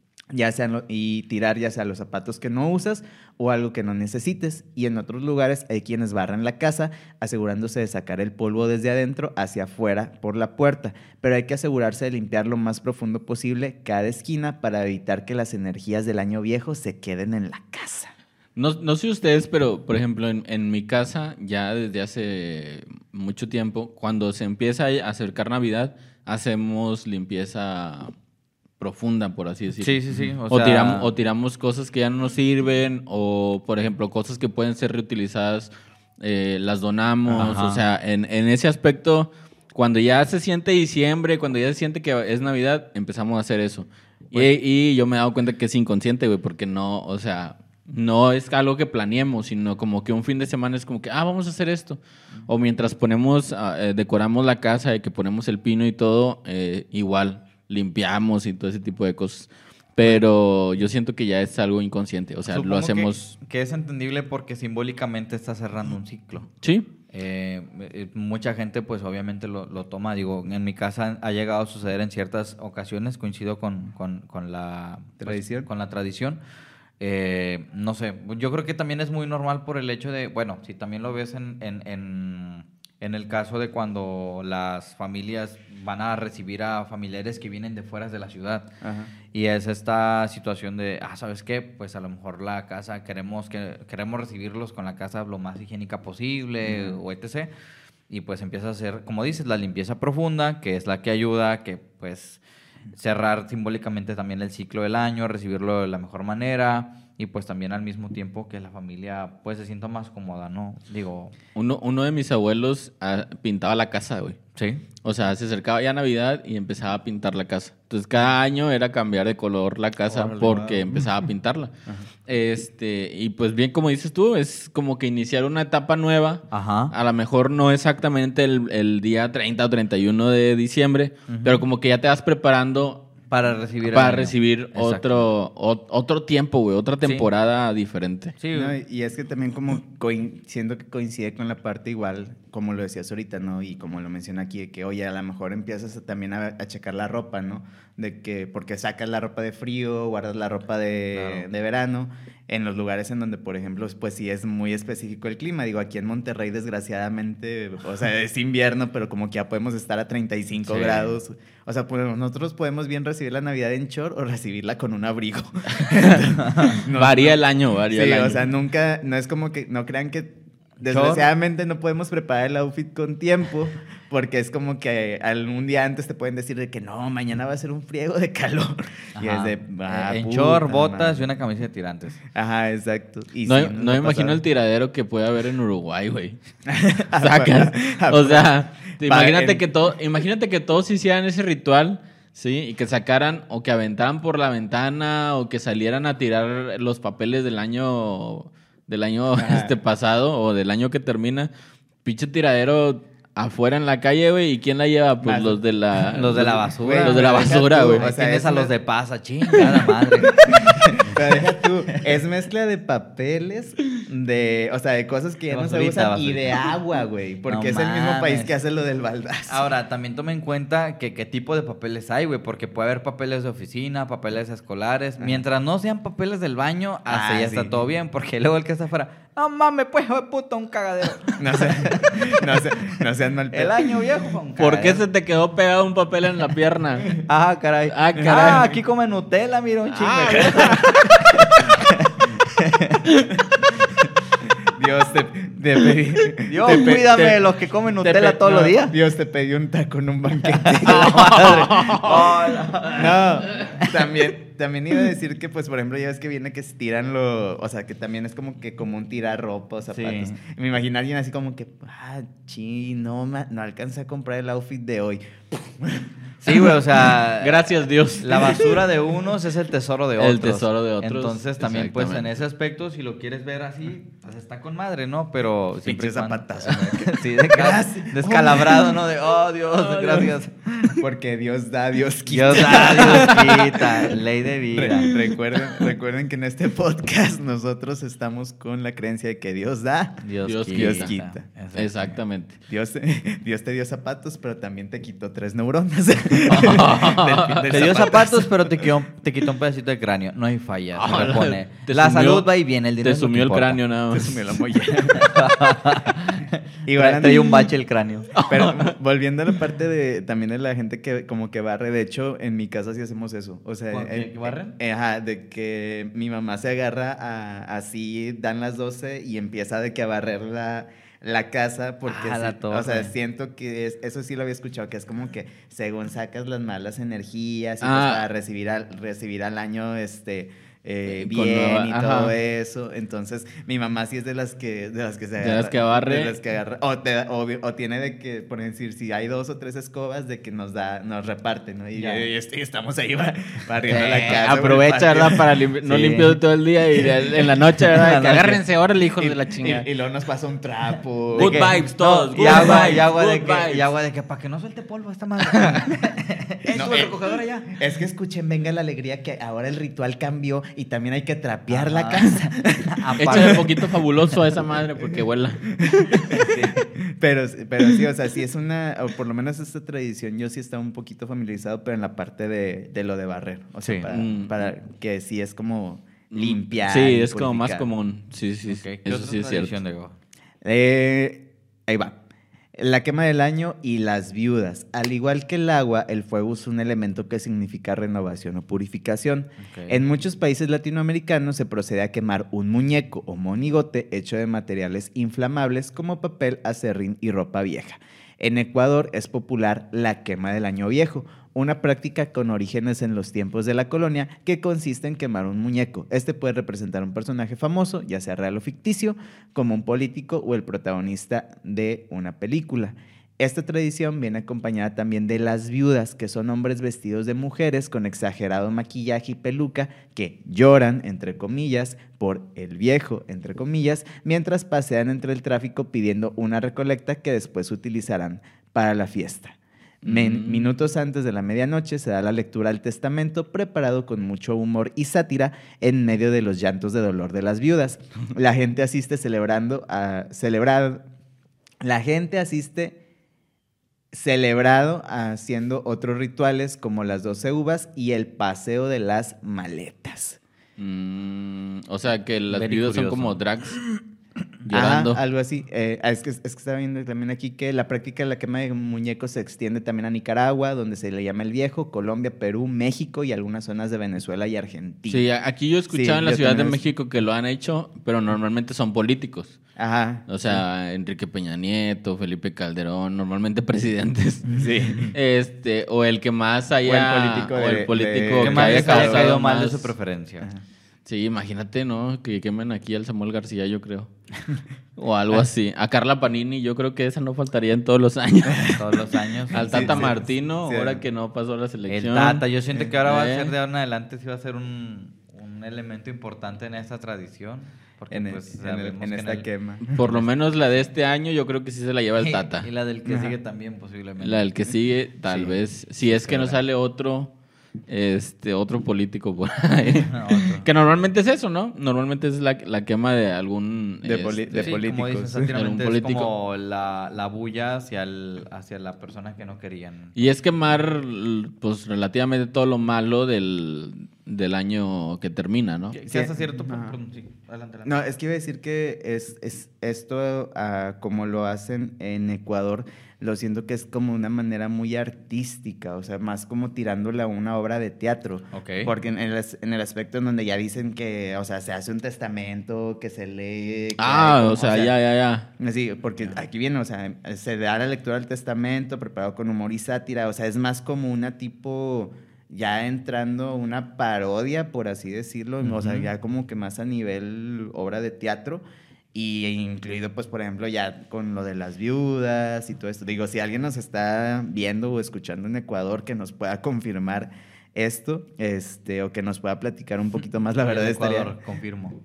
y tirar ya sea los zapatos que no usas o algo que no necesites. Y en otros lugares hay quienes barran la casa asegurándose de sacar el polvo desde adentro hacia afuera por la puerta, pero hay que asegurarse de limpiar lo más profundo posible cada esquina para evitar que las energías del año viejo se queden en la casa. No sé ustedes, pero por ejemplo en mi casa ya desde hace mucho tiempo, cuando se empieza a acercar Navidad, hacemos limpieza profunda, por así decirlo. Sí, sí, sí. O tiramos cosas que ya no nos sirven, o por ejemplo cosas que pueden ser reutilizadas, las donamos. Ajá. O sea, en ese aspecto, cuando ya se siente diciembre, cuando ya se siente que es Navidad, empezamos a hacer eso. Y yo me he dado cuenta que es inconsciente, güey, porque no, o sea, no es algo que planeemos, sino como que un fin de semana es como que, vamos a hacer esto. O mientras decoramos la casa, de que ponemos el pino y todo, igual limpiamos y todo ese tipo de cosas. Pero yo siento que ya es algo inconsciente. O sea, Supongo lo hacemos... Que es entendible porque simbólicamente está cerrando un ciclo. Sí. Mucha gente pues obviamente lo toma. Digo, en mi casa ha llegado a suceder en ciertas ocasiones. Coincido con la ¿Tradición? con la tradición. No sé, yo creo que también es muy normal por el hecho de, bueno, si también lo ves en el caso de cuando las familias van a recibir a familiares que vienen de fuera de la ciudad. Ajá. Y es esta situación de, ¿sabes qué? Pues a lo mejor la casa, queremos recibirlos con la casa lo más higiénica posible, o etc. Y pues empieza a hacer, como dices, la limpieza profunda, que es la que ayuda, que pues cerrar simbólicamente también el ciclo del año, recibirlo de la mejor manera, y pues también al mismo tiempo que la familia pues se sienta más cómoda, ¿no? Digo, Uno de mis abuelos pintaba la casa, güey. sí. O sea, se acercaba ya Navidad y empezaba a pintar la casa. Entonces, cada año era cambiar de color la casa Órale, porque wow. empezaba a pintarla. Y pues bien, como dices tú, es como que iniciar una etapa nueva. Ajá. A lo mejor no exactamente el día 30 o 31 de diciembre, pero como que ya te vas preparando Para recibir el para año. recibir Exacto. otro tiempo, güey, otra temporada diferente. Sí, No, y es que también como siento que coincide con la parte igual, como lo decías ahorita, ¿no? Y como lo menciona aquí, de que, oye, a lo mejor empiezas también a checar la ropa, ¿no? De que, porque sacas la ropa de frío, guardas la ropa de verano, en los lugares en donde, por ejemplo, pues sí es muy específico el clima. Digo, aquí en Monterrey, desgraciadamente, o sea, es invierno, pero como que ya podemos estar a 35 Sí. grados O sea, pues nosotros podemos bien recibir la Navidad en short o recibirla con un abrigo. Varía el año, varía el año. O sea, nunca, no es como que, no crean que desgraciadamente no podemos preparar el outfit con tiempo, porque es como que un día antes te pueden decir de que no, mañana va a ser un friego de calor. Ajá. Y es de, en puta short, botas madre. y una camisa de tirantes. Ajá, exacto. Y No, sí, no me imagino el tiro. tiradero que puede haber en Uruguay, güey. Sacas. O sea, imagínate que todos hicieran ese ritual, ¿sí? Y que sacaran o que aventaran por la ventana o que salieran a tirar los papeles del año pasado o del año que termina. Pinche tiradero afuera en la calle, güey. ¿Y quién la lleva? Pues los de la basura. Los de la basura, güey. O sea, Tienes es a los una- de pasa, chingada madre. Pero deja tú, es mezcla de papeles, o sea, de cosas que ya no se usan y de agua, güey. Porque No es el mismo país mames. que hace lo del baldazo. Ahora, también toma en cuenta que qué tipo de papeles hay, güey, porque puede haber papeles de oficina, papeles escolares. Mientras no sean papeles del baño, hasta ya sí. está todo bien, porque luego el que está afuera, no mames, pues, hijo de puta, un cagadero. No sean mal El año viejo fue un ¿Por qué cagadero. se te quedó pegado un papel en la pierna? Ah, caray. Ah, caray. Ah, aquí come Nutella, mira, un chingo. Dios te pedí. Dios, cuídame de los que comen Nutella todos los días. Dios te pedí un taco en un banquete. Hola. No, también iba a decir que, pues, por ejemplo, ya ves que viene que se tiran o sea, que también es como un tirar ropa o zapatos. Sí. Me imagino a alguien así como que, no alcancé a comprar el outfit de hoy. Sí, güey, o sea... Gracias, Dios. La basura de unos es el tesoro de otros. El tesoro de otros, Entonces, también, pues, en exactamente. ese aspecto, si lo quieres ver así, pues está con madre, ¿no? Pero siempre Pinche y cuando- zapatazo, ¿no? Sí, Gracias. descalabrado, ¿no? De, oh, Dios, Oh, gracias. Porque Dios da, Dios quita. Dios da, Dios quita. Ley de vida. Recuerden que en este podcast nosotros estamos con la creencia de que Dios da, Dios quita. Exactamente. Dios te dio zapatos, pero también te quitó 3 neuronas. Del Te dio zapatazo. zapatos, pero te quitó un pedacito de cráneo. No hay falla. Se Ah, repone. te La sumió- salud va y viene. El dinero Te es lo que sumió el importa. cráneo nada Te más. sumió la mollera. Igual, Traía un bache el cráneo. pero volviendo a la parte también de la gente que como que barre, de hecho, en mi casa sí hacemos eso. O sea, ¿Por qué? ¿Que barren? Ajá, de que mi mamá se agarra así, dan las 12 y empieza de que a barrer la casa porque Ah, la sí, torre. o sea, siento que eso sí lo había escuchado, que es como que según sacas las malas energías y pues Ah. para recibir al año Con bien nueva- y ajá. todo eso. Entonces, mi mamá sí es de las que se agarra. las que barre. De las que agarra. O tiene de que, por decir, si hay 2 o 3 escobas, de que nos reparte, ¿no? Y, Ya. y estamos ahí barriendo la casa. Aprovecha, ¿verdad? Para no Sí. limpio todo el día y en la noche, ¿verdad? En la Que noche. agárrense, órale, hijos Y, de la chingada. y luego nos pasa un trapo. Good De que- vibes, todos. No, good y agua, vibes, y agua de good que, vibes. y agua de que para que no suelte polvo esta madre. No, el recogedor allá. Es que escuchen, venga la alegría que ahora el ritual cambió y también hay que trapear la Ajá. casa. Échale un poquito fabuloso a esa madre porque vuela. Pero sí, o sea, sí es o por lo menos esta tradición, yo sí estaba un poquito familiarizado, pero en la parte de lo de barrer. O sea, Sí. para que sí es como limpiar. Sí, y es como más purificar. común. Sí, sí, Ok, sí. ¿qué Eso otra sí es cierto. tradición, Diego? Ahí va. La quema del año y las viudas. Al igual que el agua, el fuego es un elemento que significa renovación o purificación. Ok. En muchos países latinoamericanos se procede a quemar un muñeco o monigote hecho de materiales inflamables como papel, acerrín y ropa vieja. En Ecuador es popular la quema del año viejo, una práctica con orígenes en los tiempos de la colonia que consiste en quemar un muñeco. Este puede representar un personaje famoso, ya sea real o ficticio, como un político o el protagonista de una película. Esta tradición viene acompañada también de las viudas, que son hombres vestidos de mujeres con exagerado maquillaje y peluca que lloran, entre comillas, por el viejo, entre comillas, mientras pasean entre el tráfico pidiendo una recolecta que después utilizarán para la fiesta. Minutos antes de la medianoche se da la lectura al testamento, preparado con mucho humor y sátira en medio de los llantos de dolor de las viudas. La gente asiste celebrado haciendo otros rituales como las 12 uvas y el paseo de las maletas. O sea, que las Very viudas son curioso. como drags. llorando. Ajá, algo así. Es que estaba viendo también aquí que la práctica de la quema de muñecos se extiende también a Nicaragua, donde se le llama el Viejo, Colombia, Perú, México y algunas zonas de Venezuela y Argentina. Sí, aquí yo escuchaba Sí, en la yo Ciudad de también México que lo han hecho, pero normalmente son políticos. Ajá. O sea, Enrique Peña Nieto, Felipe Calderón, normalmente presidentes. Sí. O el que más haya... O el político Que que más haya les haya causado caído mal de más- su preferencia. Sí, imagínate, ¿no? Que quemen aquí al Samuel García, yo creo. O algo así. A Carla Panini, yo creo que esa no faltaría en todos los años. Todos los años. Al Sí, Tata sí, Martino, sí. ahora que no pasó la El selección. Tata, yo siento que ahora va a ser Eh. de ahora en adelante, sí va a ser un elemento importante en esta tradición. Porque pues, sabemos que esta quema. Por lo menos la de este año, yo creo que sí se la lleva el Y Tata. la del que Ajá. sigue también, posiblemente. La del que sigue, tal Sí. vez. Si es que no sale otro político por ahí. Otro. Que normalmente es eso, ¿no? Normalmente es la quema de algún... De Sí, políticos. como dices, Sí. sátiramente Algún es político. como la bulla hacia la persona que no querían. Y es quemar, pues, relativamente todo lo malo del año que termina, ¿no? Que Sí. hasta cierto Ajá. punto. Sí, adelante. No, es que iba a decir que es esto, como lo hacen en Ecuador, lo siento que es como una manera muy artística, o sea, más como tirándole a una obra de teatro. Ok. Porque en el aspecto en donde ya dicen que, o sea, se hace un testamento, que se lee... que Ah, hay como- o sea, ya. Sí, porque aquí viene, o sea, se da la lectura del testamento preparado con humor y sátira, o sea, es más como una tipo, ya entrando una parodia, por así decirlo, o sea, Ujú. ya como que más a nivel obra de teatro, y incluido, pues, por ejemplo, ya con lo de las viudas y todo esto. Digo, si alguien nos está viendo o escuchando en Ecuador que nos pueda confirmar esto, o que nos pueda platicar un poquito más, la verdad Ecuador, confirmo.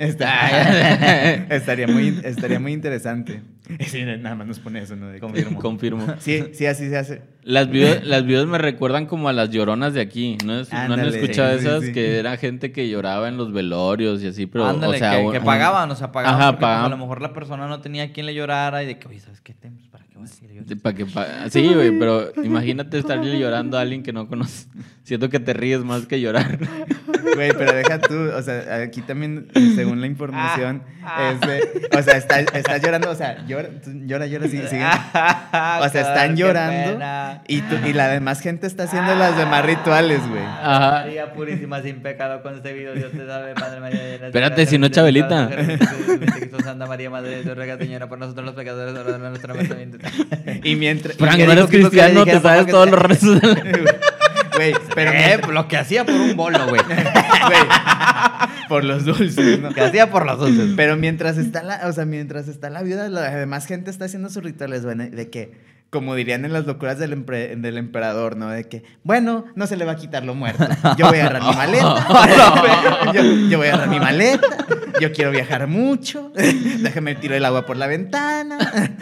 estaría muy interesante. Sí, nada más nos pone eso, ¿no? De que- Confirmo. Sí, sí, así se hace. Las viudas me recuerdan como a las lloronas de aquí. ¿No han Ándale, escuchado sí, esas? sí. Que era gente que lloraba en los velorios y así, pero, Ándale, o sea... que pagaban, o sea, pagaban Ajá, porque pues, a pagaban. lo mejor la persona no tenía quien le llorara y de que, oye, ¿sabes qué? Pues, ¿para qué voy a decir yo? Sí, güey, pero imagínate estarle llorando a alguien que no conoces. Siento que te ríes más que llorar. Güey, pero deja tú, o sea, aquí también, según la información, o sea, estás llorando, o sea, llora, sí, sigue. O sea, están llorando y la demás gente está haciendo las demás rituales, güey. Ajá. María purísima, sin pecado concebido, Dios te salve, Madre María. llena de Espérate, gracia, si no bendita eres tú Chabelita. entre todas las mujeres, Cristo, Santa María, Madre de Dios, ruega, Señora, por nosotros los pecadores, ahora en nuestra muerte. Y mientras... Frank, ¿Qué no eres dijo Kiko que le cristiano, te dijera, sabes papá, todos que- los rezos de la... Güey, pero Lo que hacía por un bolo, güey. güey, por los dulces, ¿no? Que hacía por los dulces. Pero mientras está la viuda, la demás gente está haciendo sus rituales, güey, de que, como dirían en las locuras del emperador, ¿no? De que, bueno, no se le va a quitar lo muerto. Yo voy a agarrar mi maleta. yo voy a agarrar mi maleta. Yo quiero viajar mucho. Déjame tiro el agua por la ventana.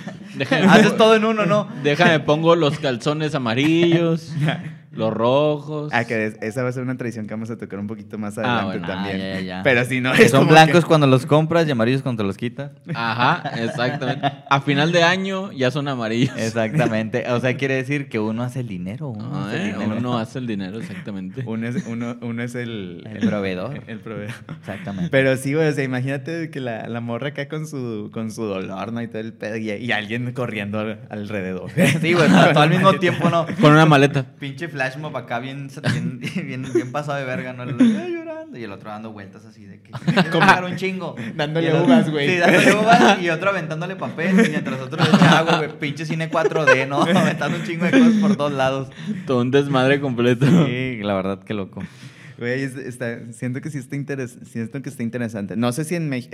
Haces todo en uno, ¿no? Déjame pongo los calzones amarillos, los rojos. Esa va a ser una tradición que vamos a tocar un poquito más adelante bueno, también. ya. Pero si no Que es son como blancos que- cuando los compras y amarillos cuando los quitas. Ajá, exactamente. A final de año ya son amarillos. Exactamente. O sea, quiere decir que uno hace el dinero. Uno hace el dinero. Uno hace el dinero, exactamente. Uno es el proveedor. El proveedor. Exactamente. Pero sí, güey, o sea, imagínate que la morra acá con su dolor, ¿no? Y todo el pedo, y alguien corriendo alrededor. Sí, güey, todo al mismo tiempo, ¿no? Con una maleta. Pinche flash mob acá bien pasado de verga, ¿no? Llorando. Y el otro dando vueltas así de que... Como un chingo. Dándole Y el otro- uvas, güey. Sí, dándole uvas y otro aventándole papel. Y mientras otro le echa agua, güey. Pinche cine 4D, ¿no? Aventando un chingo de cosas por todos lados. Todo un desmadre completo. Sí, la verdad que loco. Güey, siento que sí siento que está interesante. No sé si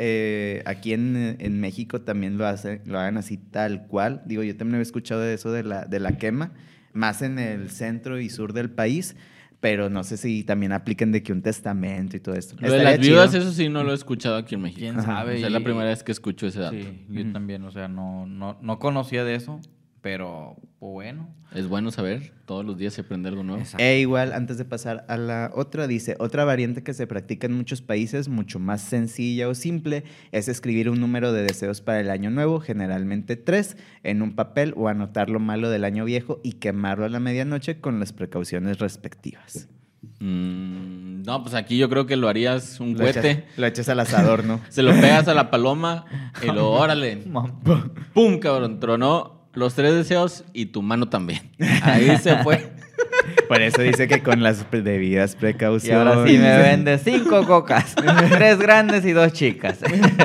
aquí en México también lo hagan así tal cual. Digo, yo también había escuchado de eso de la quema, más en el centro y sur del país, pero no sé si también apliquen de que un testamento y todo esto. Lo de Estaría las viudas, chido. eso sí no lo he escuchado aquí en México. ¿Quién Ajá. sabe? O sea, es la primera vez que escucho ese dato. Sí, yo también, o sea, no conocía de eso, pero bueno. Es bueno saber, todos los días se aprende algo nuevo. Exacto. Igual, antes de pasar a la otra, dice, otra variante que se practica en muchos países, mucho más sencilla o simple, es escribir un número de deseos para el año nuevo, generalmente 3, en un papel o anotar lo malo del año viejo y quemarlo a la medianoche con las precauciones respectivas. No, pues aquí yo creo que lo harías un Lo cohete. lo echas al asador, ¿no? Se lo pegas a la paloma y lo órale. ¡Pum, cabrón! Tronó los 3 deseos y tu mano también. Ahí se fue. Por eso dice que con las debidas Y precauciones. ahora sí me vende 5 cocas, 3 grandes y 2 chicas.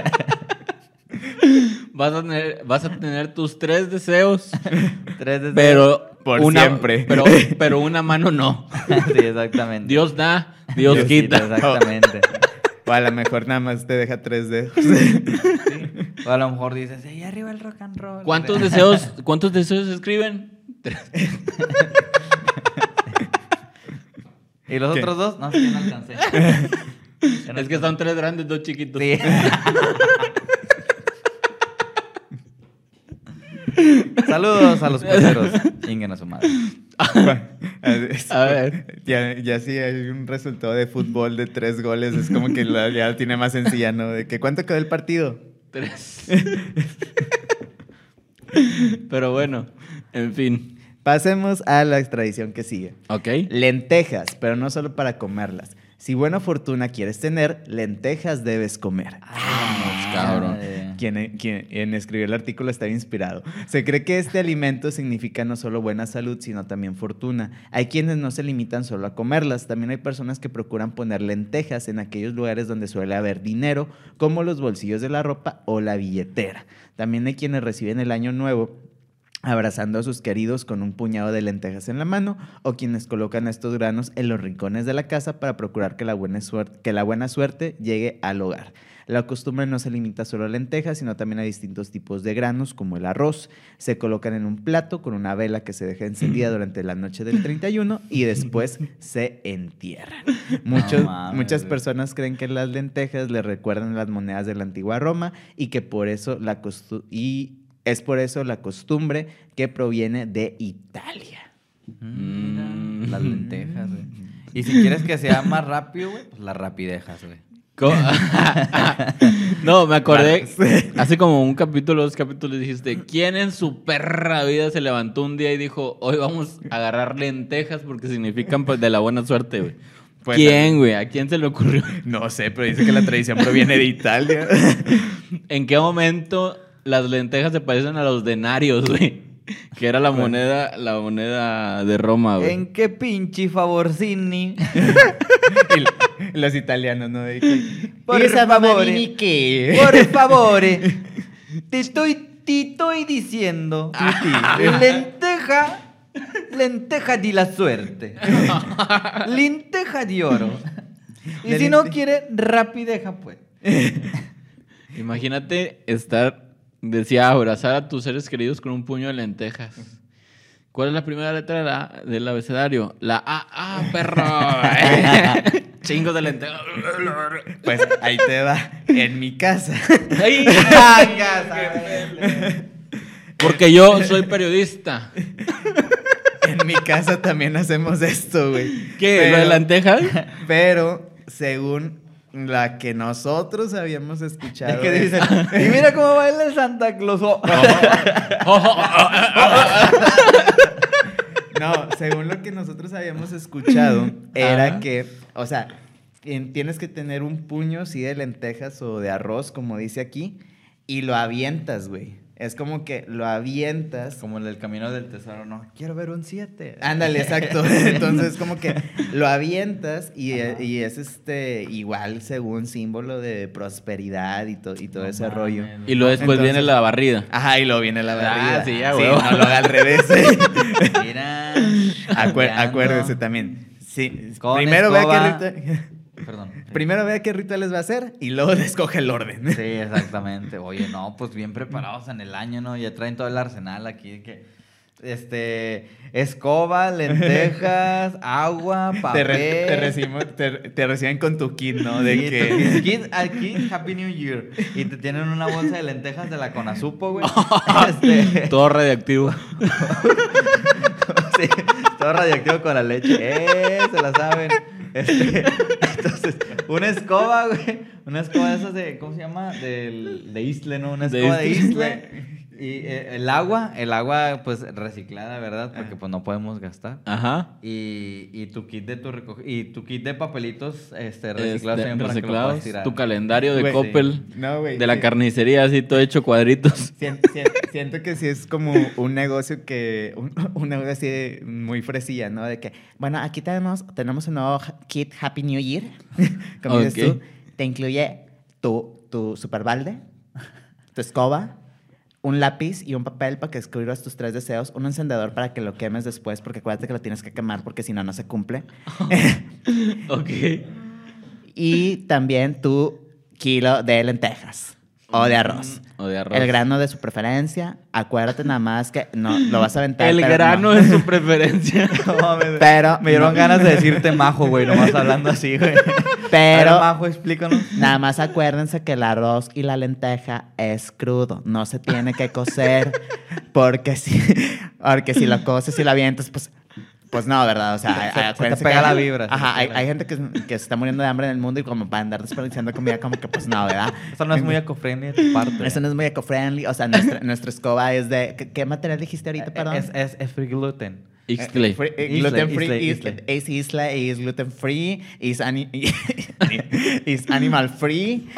Vas a tener tus 3 deseos, 3 deseos. pero Por una, siempre. Pero una mano no. Sí, exactamente. Dios da, Dios Diosito, quita. Exactamente. O a lo mejor nada más te deja 3 dedos. O a lo mejor dices, ahí arriba el rock and roll. ¿Cuántos deseos escriben? 3. ¿Y los ¿Qué? otros 2? No, sí, no alcancé. Es que son 3 grandes, 2 chiquitos. Sí. Saludos a los porteros. Chinguen a su madre. A ver. Ya si hay un resultado de fútbol de 3 goles, es como que ya lo tiene más sencilla, ¿no? De que ¿cuánto quedó el partido? 3. Pero bueno, en fin. Pasemos a la tradición que sigue. ¿Ok? Lentejas, pero no solo para comerlas. Si buena fortuna quieres tener, lentejas debes comer. cabrón. Quien en escribir el artículo estaba inspirado. Se cree que este alimento significa no solo buena salud, sino también fortuna. Hay quienes no se limitan solo a comerlas. También hay personas que procuran poner lentejas en aquellos lugares donde suele haber dinero, como los bolsillos de la ropa o la billetera. También hay quienes reciben el año nuevo abrazando a sus queridos con un puñado de lentejas en la mano, o quienes colocan estos granos en los rincones de la casa para procurar que la buena suerte llegue al hogar. La costumbre no se limita solo a lentejas, sino también a distintos tipos de granos, como el arroz. Se colocan en un plato con una vela que se deja encendida durante la noche del 31 y después se entierran. Muchas personas creen que las lentejas le recuerdan las monedas de la antigua Roma y que por eso es por eso la costumbre que proviene de Italia. Las lentejas, güey. Y si quieres que sea más rápido, güey, pues las rapidejas, güey. No, me acordé. Hace como 2 capítulos dijiste: ¿quién en su perra vida se levantó un día y dijo, hoy vamos a agarrar lentejas porque significan pues de la buena suerte, güey? Pues, ¿Quién, güey? ¿A quién se le ocurrió? No sé, pero dice que la tradición proviene de Italia. ¿En qué momento las lentejas se parecen a los denarios, güey? Que era la moneda de Roma, güey. ¿En qué pinche favorcini? Y los italianos, ¿no? De que, Por ¿y esa favor, mamani qué? Por favor, te estoy diciendo, lenteja di la suerte, lenteja di oro. Y si no quiere, rapideja, pues. Imagínate abrazar a tus seres queridos con un puño de lentejas. ¿Cuál es la primera letra del abecedario? La A, perro. Chingos de lentejas. Pues ahí te va. En mi casa. ¡Ay! Porque yo soy periodista. En mi casa también hacemos esto, güey. ¿Qué? ¿Lo de lentejas? Pero según la que nosotros habíamos escuchado. Es que dicen, y mira cómo baila el Santa Claus. No, según lo que nosotros habíamos escuchado, era que, o sea, tienes que tener un puño, sí, de lentejas o de arroz, como dice aquí, y lo avientas, güey. Es como que lo avientas. Como el del camino del tesoro, ¿no? Quiero ver un 7. Ándale, exacto. Entonces, como que lo avientas y es igual según símbolo de prosperidad y todo ese rollo. Y luego después viene la barrida. Ajá, y luego viene la barrida. Sí, ya, güey. No lo haga al revés. Mira. Acuérdese también. Sí, Con primero escoba. vea qué ritual. Perdón. Primero vea qué rituales va a hacer y luego le escoge el orden. Sí, exactamente. Oye, no, pues bien preparados en el año, ¿no? Ya traen todo el arsenal aquí que escoba, lentejas, agua, papel. Te reciben con tu kit, ¿no? De Sí, que kit, aquí, Happy New Year. Y te tienen una bolsa de lentejas de la Conasupo, güey. Todo radioactivo. Sí, todo radioactivo con la leche. Se la saben. Entonces, una escoba, güey. Una escoba de esas de, ¿cómo se llama? De Isle, ¿no? Una escoba de Isle. Y el agua, pues reciclada, ¿verdad? Porque pues no podemos gastar. Ajá. Y tu kit de tu kit de papelitos reciclados también para que lo puedas Reciclados. tirar. Tu calendario de Güey, Coppel. No, güey. De la sí. carnicería, así todo hecho cuadritos. Siento que sí es como un negocio que... Un negocio así muy fresilla, ¿no? De que, bueno, aquí tenemos un nuevo kit Happy New Year. Como dices Ok. tú. Te incluye tu super balde, tu escoba, un lápiz y un papel para que escribas tus 3 deseos, un encendedor para que lo quemes después, porque acuérdate que lo tienes que quemar porque si no, no se cumple. Ok. Y también tu kilo de lentejas o de arroz. O de arroz. El grano de su preferencia. Acuérdate nada más que no lo vas a aventar. El pero grano no. es su preferencia. No mames, Pero me dieron no. ganas de decirte majo, güey, nomás hablando así, güey. Pero A ver, majo, explícanos. nada más acuérdense que el arroz y la lenteja es crudo. No se tiene que cocer. Porque si lo coces y lo avientas, pues no, ¿verdad? O sea, Se te acuérdense pega que la vibra, se te Ajá, pega la hay gente que se está muriendo de hambre en el mundo y como para andar desperdiciando comida, como que pues no, ¿verdad? Eso no es muy eco-friendly de tu parte. Eso no es muy eco-friendly. O sea, nuestra escoba es de... ¿Qué material dijiste ahorita, perdón? Es free gluten. Ixtle. Gluten free Islay. es Isla, es gluten free, is animal free,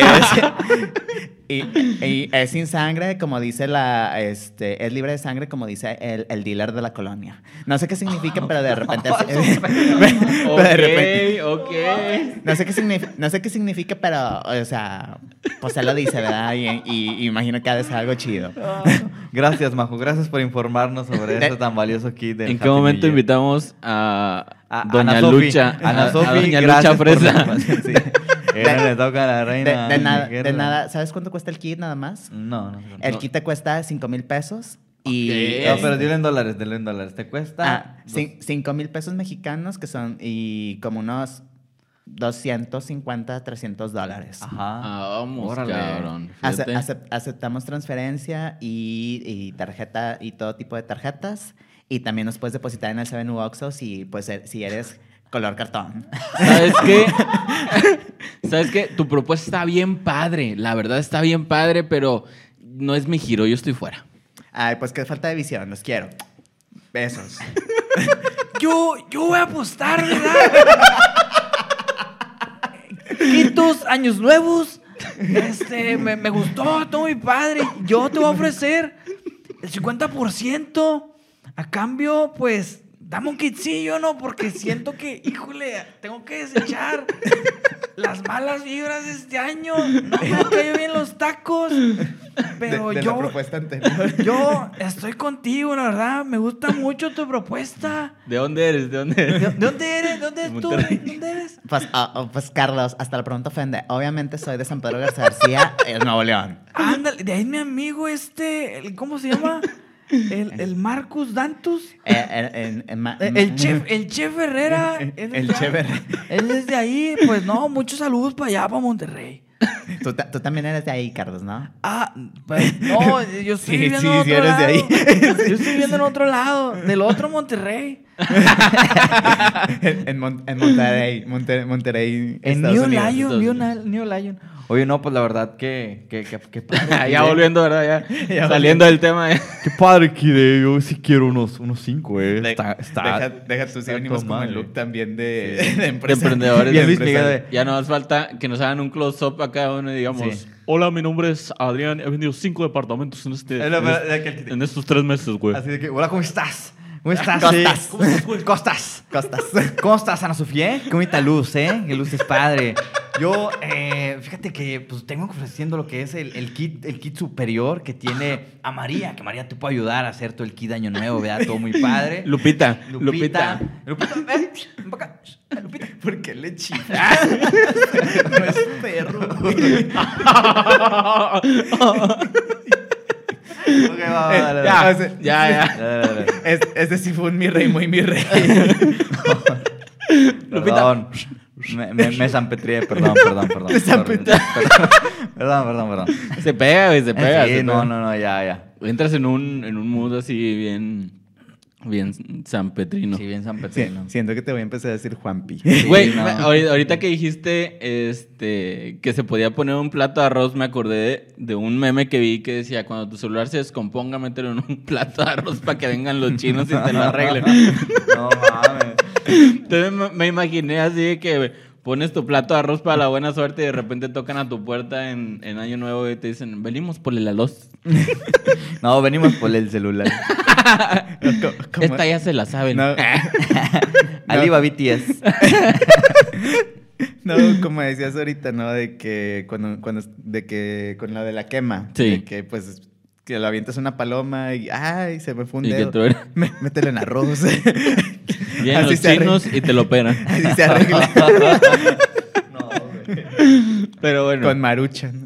y es sin sangre, como dice es libre de sangre, como dice el dealer de la colonia. No sé qué significa, pero de repente... pero de repente- Ok. no sé qué significa, pero, o sea, pues él lo dice, ¿verdad? Y imagino que ha de ser algo chido. Gracias, majo. Gracias por informarnos sobre De- este tan valioso kit del ¿En qué Happy momento New Year. invitamos a A Doña Ana Sofi. Lucha? Ana a Sofi, Doña gracias Lucha por la Fresa. información, sí. Ella le toca a la reina. De nada. ¿Sabes cuánto cuesta el kit nada más? No. El kit te cuesta 5,000 pesos. Y Ok. No, pero dilo en dólares. Te cuesta... 5,000 pesos mexicanos, que son y como unos 250, $300. Ajá. Ah, vamos, Órale. cabrón. Fíjate. Aceptamos transferencia y tarjeta y todo tipo de tarjetas. Y también nos puedes depositar en el 7 U Oxxo si eres color cartón. ¿Sabes qué? ¿Sabes qué? Tu propuesta está bien padre. La verdad está bien padre, pero no es mi giro. Yo estoy fuera. Ay, pues qué falta de visión, los quiero. Besos. Yo voy a apostar, ¿verdad? Quitos, años nuevos. Me gustó, todo mi padre. Yo te voy a ofrecer el 50%. A cambio, pues, dame un kitcillo, ¿no? Porque siento que, híjole, tengo que desechar las malas vibras de este año. No me han caído bien los tacos. Pero de yo... la propuesta anterior. Yo estoy contigo, la verdad. Me gusta mucho tu propuesta. ¿De dónde eres? ¿De dónde eres? ¿De dónde eres? ¿Dónde eres tú? Monterrey. ¿Dónde eres? Pues Carlos, hasta la pregunta ofende. Obviamente soy de San Pedro García, Nuevo León. Ándale, de ahí mi amigo ¿cómo se llama? El Marcus Dantus. El chef Herrera. El chef Herrera. Él es de ahí. Pues no, muchos saludos para allá, para Monterrey. Tú también eres de ahí, Carlos, ¿no? Ah, pues, no, yo estoy Sí, viviendo sí, en otro sí eres lado. de ahí. Yo estoy viviendo en otro lado, del otro Monterrey. en Monterrey. En Estados New Unidos. Lion, New Lion. Oye, no, pues la verdad que padre. Ya volviendo, ¿verdad? Ya saliendo del tema. Qué padre, Kide. Yo sí quiero unos 5, Está... Deja tú, si venimos con con el madre. look también de De empresa. emprendedores. Bien de Luis empresarios. Miguel. Ya no nos falta que nos hagan un close-up a cada uno y digamos... Sí. Hola, mi nombre es Adrián. He vendido 5 departamentos en estos 3 meses, güey. Así de que, hola, ¿cómo estás? ¿Cómo estás? Costas. ¿Cómo estás, güey? Costas. ¿Cómo estás, Ana Sofía? Qué bonita luz, Que luz es padre. Yo, fíjate que pues tengo ofreciendo lo que es el kit superior que tiene a María, que María te puede ayudar a hacer todo el kit de Año Nuevo, ¿verdad? Todo muy padre. Lupita, ven para acá. Lupita. ¿Por qué le chiflas? No es perro. Ok, va, dale, Ya, dale. o sea, Ya. Dale. Ese sí fue un mi rey, muy mi rey. Perdón. Me zampetrié, perdón. Me zampetrié. Perdón. Se pega, güey, se pega. Sí, se no, pega. ya. Entras en un mood así bien... Bien sanpetrino. Sí, bien San Sí, Petrino. siento que te voy a empezar a decir Juanpi. Güey, no. ahorita que dijiste que se podía poner un plato de arroz, me acordé de un meme que vi que decía, cuando tu celular se descomponga, mételo en un plato de arroz para que vengan los chinos y te lo arreglen. No mames. Entonces me imaginé así de que pones tu plato de arroz para la buena suerte y de repente tocan a tu puerta en Año Nuevo y te dicen, venimos por el arroz. No, venimos por el celular. ¿Cómo? Esta ya se la saben. No, Aliva BTS. no, como decías ahorita, ¿no? De que de que con lo de la quema, Sí. de que pues que lo avientas una paloma y ¡ay! Se me fue un Y que dedo. tú- Mételo en arroz. Vienen Así los se chinos y te lo operan. Así se arregla. No, güey. Pero bueno. Con Maruchan.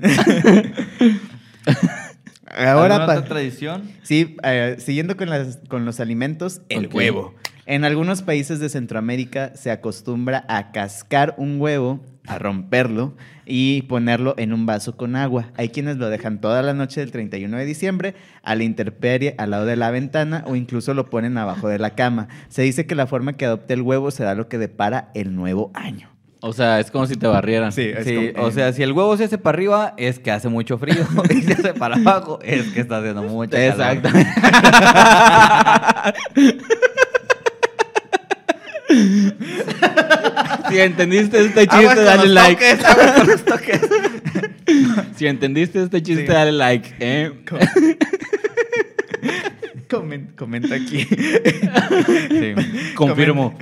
¿Alguna Ahora, otra tradición? sí, siguiendo con los alimentos, el Ok. huevo. En algunos países de Centroamérica se acostumbra a cascar un huevo, a romperlo y ponerlo en un vaso con agua. Hay quienes lo dejan toda la noche del 31 de diciembre a la intemperie al lado de la ventana o incluso lo ponen abajo de la cama. Se dice que la forma que adopte el huevo será lo que depara el nuevo año. O sea, es como si te barrieran. Sí, es Sí, como- o sea, si el huevo se hace para arriba, es que hace mucho frío. Y se hace para abajo, es que está haciendo mucha calor. Exactamente. Si entendiste este Aguas chiste, con dale los like. toques, aguas con los toques. Si entendiste este chiste, Sí. dale like. ¿Eh? Comenta aquí. Sí. Confirmo.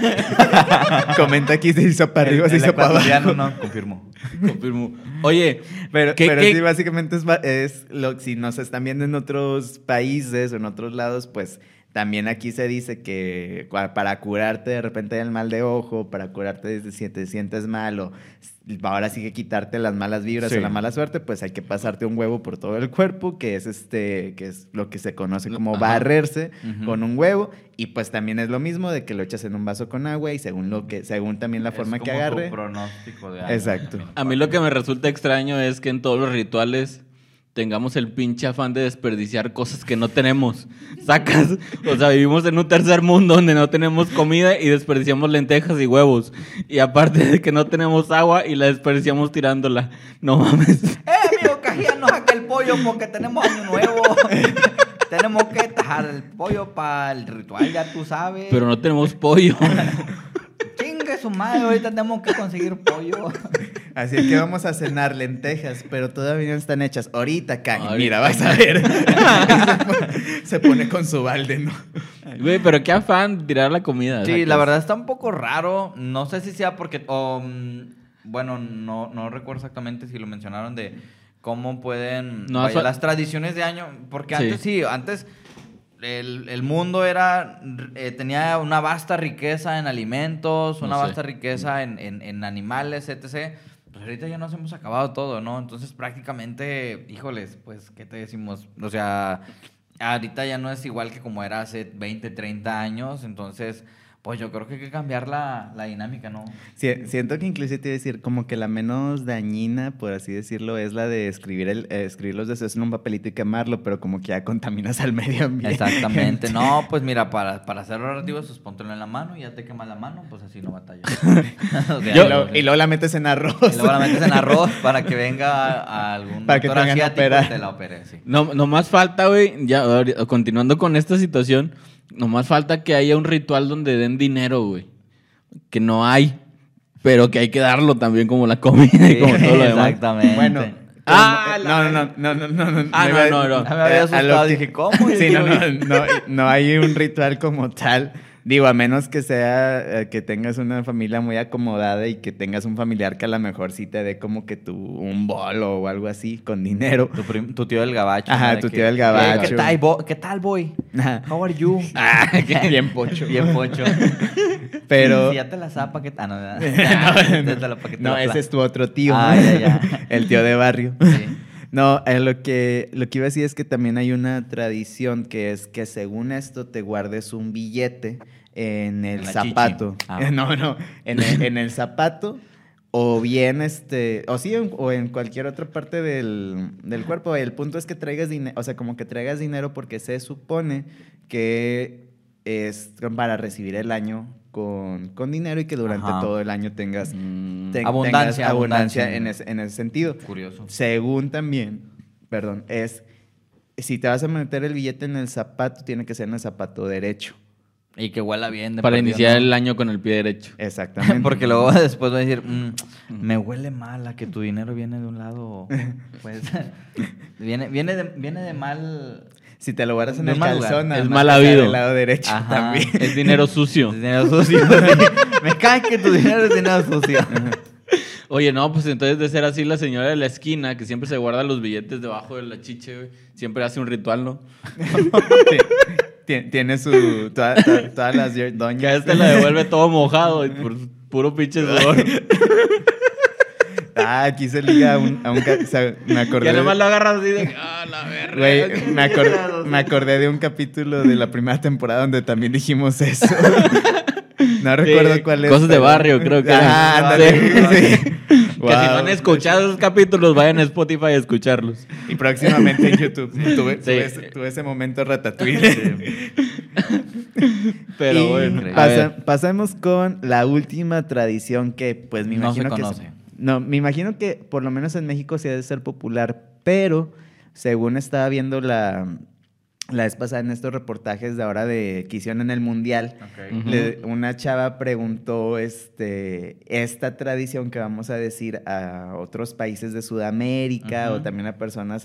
Comenta aquí si hizo para arriba o si El hizo para ecuatoriano abajo. no, confirmo. Confirmo. Oye, Pero ¿qué- sí, básicamente si nos están viendo en otros países o en otros lados, pues también aquí se dice que para curarte de repente del mal de ojo, para curarte desde si te sientes mal o ahora sí que quitarte las malas vibras Sí. o la mala suerte, pues hay que pasarte un huevo por todo el cuerpo, que es lo que se conoce como Ajá. barrerse Ujú. con un huevo, y pues también es lo mismo de que lo echas en un vaso con agua y según también la forma Es que como tu agarre. pronóstico de algo Exacto. también. a mí lo que me resulta extraño es que en todos los rituales tengamos el pinche afán de desperdiciar cosas que no tenemos. ¿Sacas? O sea, vivimos en un tercer mundo donde no tenemos comida y desperdiciamos lentejas y huevos. Y aparte de que no tenemos agua y la desperdiciamos tirándola. No mames. Amigo Cajía, saca el pollo porque tenemos año nuevo. Tenemos que tajar el pollo para el ritual, ya tú sabes. Pero no tenemos pollo. Chingue su madre, ahorita tenemos que conseguir pollo. Así es que vamos a cenar lentejas, pero todavía no están hechas. Ahorita, Kanye, Ahorita. mira, vas a ver. Se pone con su balde, ¿no? Güey, pero qué afán tirar la comida. Sí, ¿sacas? la verdad está un poco raro. No sé si sea porque... bueno, no recuerdo exactamente si lo mencionaron de cómo pueden... No, vaya, eso- las tradiciones de año... Porque Sí. antes el mundo era... tenía una vasta riqueza en alimentos, No una sé. vasta riqueza en animales, etc. Pues ahorita ya nos hemos acabado todo, ¿no? Entonces prácticamente, híjoles, pues, ¿qué te decimos? O sea, ahorita ya no es igual que como era hace 20, 30 años, entonces, pues yo creo que hay que cambiar la dinámica, ¿no? Siento que inclusive te iba a decir como que la menos dañina, por así decirlo, es la de escribir los deseos en un papelito y quemarlo, pero como que ya contaminas al medio ambiente. Exactamente. No, pues mira, para hacerlo relativo, pues póntelo en la mano y ya te quemas la mano, pues así no batallas. O sea, Y luego la metes en arroz. y luego la metes en arroz para que venga a algún Para que doctor te hagan asiático operar. y te la opere, sí. No más falta, güey, ya continuando con esta situación, no más falta que haya un ritual donde den dinero, güey. Que no hay, pero que hay que darlo también como la comida y como todo lo demás. Exactamente. Bueno. Ah, no. Ah, no. Me había asustado, dije, ¿cómo? Sí, no hay un ritual como tal. Digo, a menos que sea que tengas una familia muy acomodada y que tengas un familiar que a lo mejor sí te dé como que un bolo o algo así con dinero. Tu tío del gabacho. Ajá, ¿no? De tu que, tío del gabacho. ¿Qué tal, boy? Ajá. How are you? Bien pocho. Bien pocho. Pero... Si ya te la zapa, ¿qué tal? No, ese es tu otro tío. Ah, ya. El tío de barrio. Sí. No, lo que iba a decir es que también hay una tradición que es que según esto te guardes un billete en el En la zapato. chichi. Ah. No, en el zapato o bien o en cualquier otra parte del cuerpo. El punto es que traigas dinero, o sea, como que traigas dinero porque se supone que es para recibir el año con dinero y que durante Ajá. todo el año tengas, Abundancia, tengas abundancia abundancia. en ese sentido. Curioso. Según también, perdón, es si te vas a meter el billete en el zapato, tiene que ser en el zapato derecho. Y que huela bien. de Para perdido, iniciar ¿no? el año con el pie derecho. Exactamente. Porque luego después va a decir, me huele mal a que tu dinero viene de un lado. Pues, viene de mal. Si te lo guardas en De el mal lugar. calzón, nada Es más mal que sea habido. del lado derecho Ajá. también. Es dinero sucio. Dinero sucio. Me cae que tu dinero es dinero sucio. Oye, no, pues entonces de ser así la señora de la esquina, que siempre se guarda los billetes debajo de la chiche, güey, siempre hace un ritual, ¿no? Tiene su... todas las Que a doñas. este la devuelve todo mojado y por puro pinche sudor. Aquí se liga a un o sea, me acordé. Que además lo agarras así de... ¡Ah, la verga! Güey, me acordé de un capítulo de la primera temporada donde también dijimos eso. No recuerdo cuál es. Cosas de pero- barrio, creo que Ah, era. ándale, Sí. sí. Que si no han escuchado esos capítulos, vayan a Spotify a escucharlos. Y próximamente en YouTube. Tuve Sí. tuve ese momento ratatouille. Pero Y bueno. Increíble. A ver. pasemos con la última tradición que, pues, me No se imagino que... conoce. No, me imagino que por lo menos en México sí ha de ser popular, pero según estaba viendo la vez pasada en estos reportajes de ahora que hicieron en el Mundial, Ujú. una chava preguntó esta tradición que vamos a decir a otros países de Sudamérica o también a personas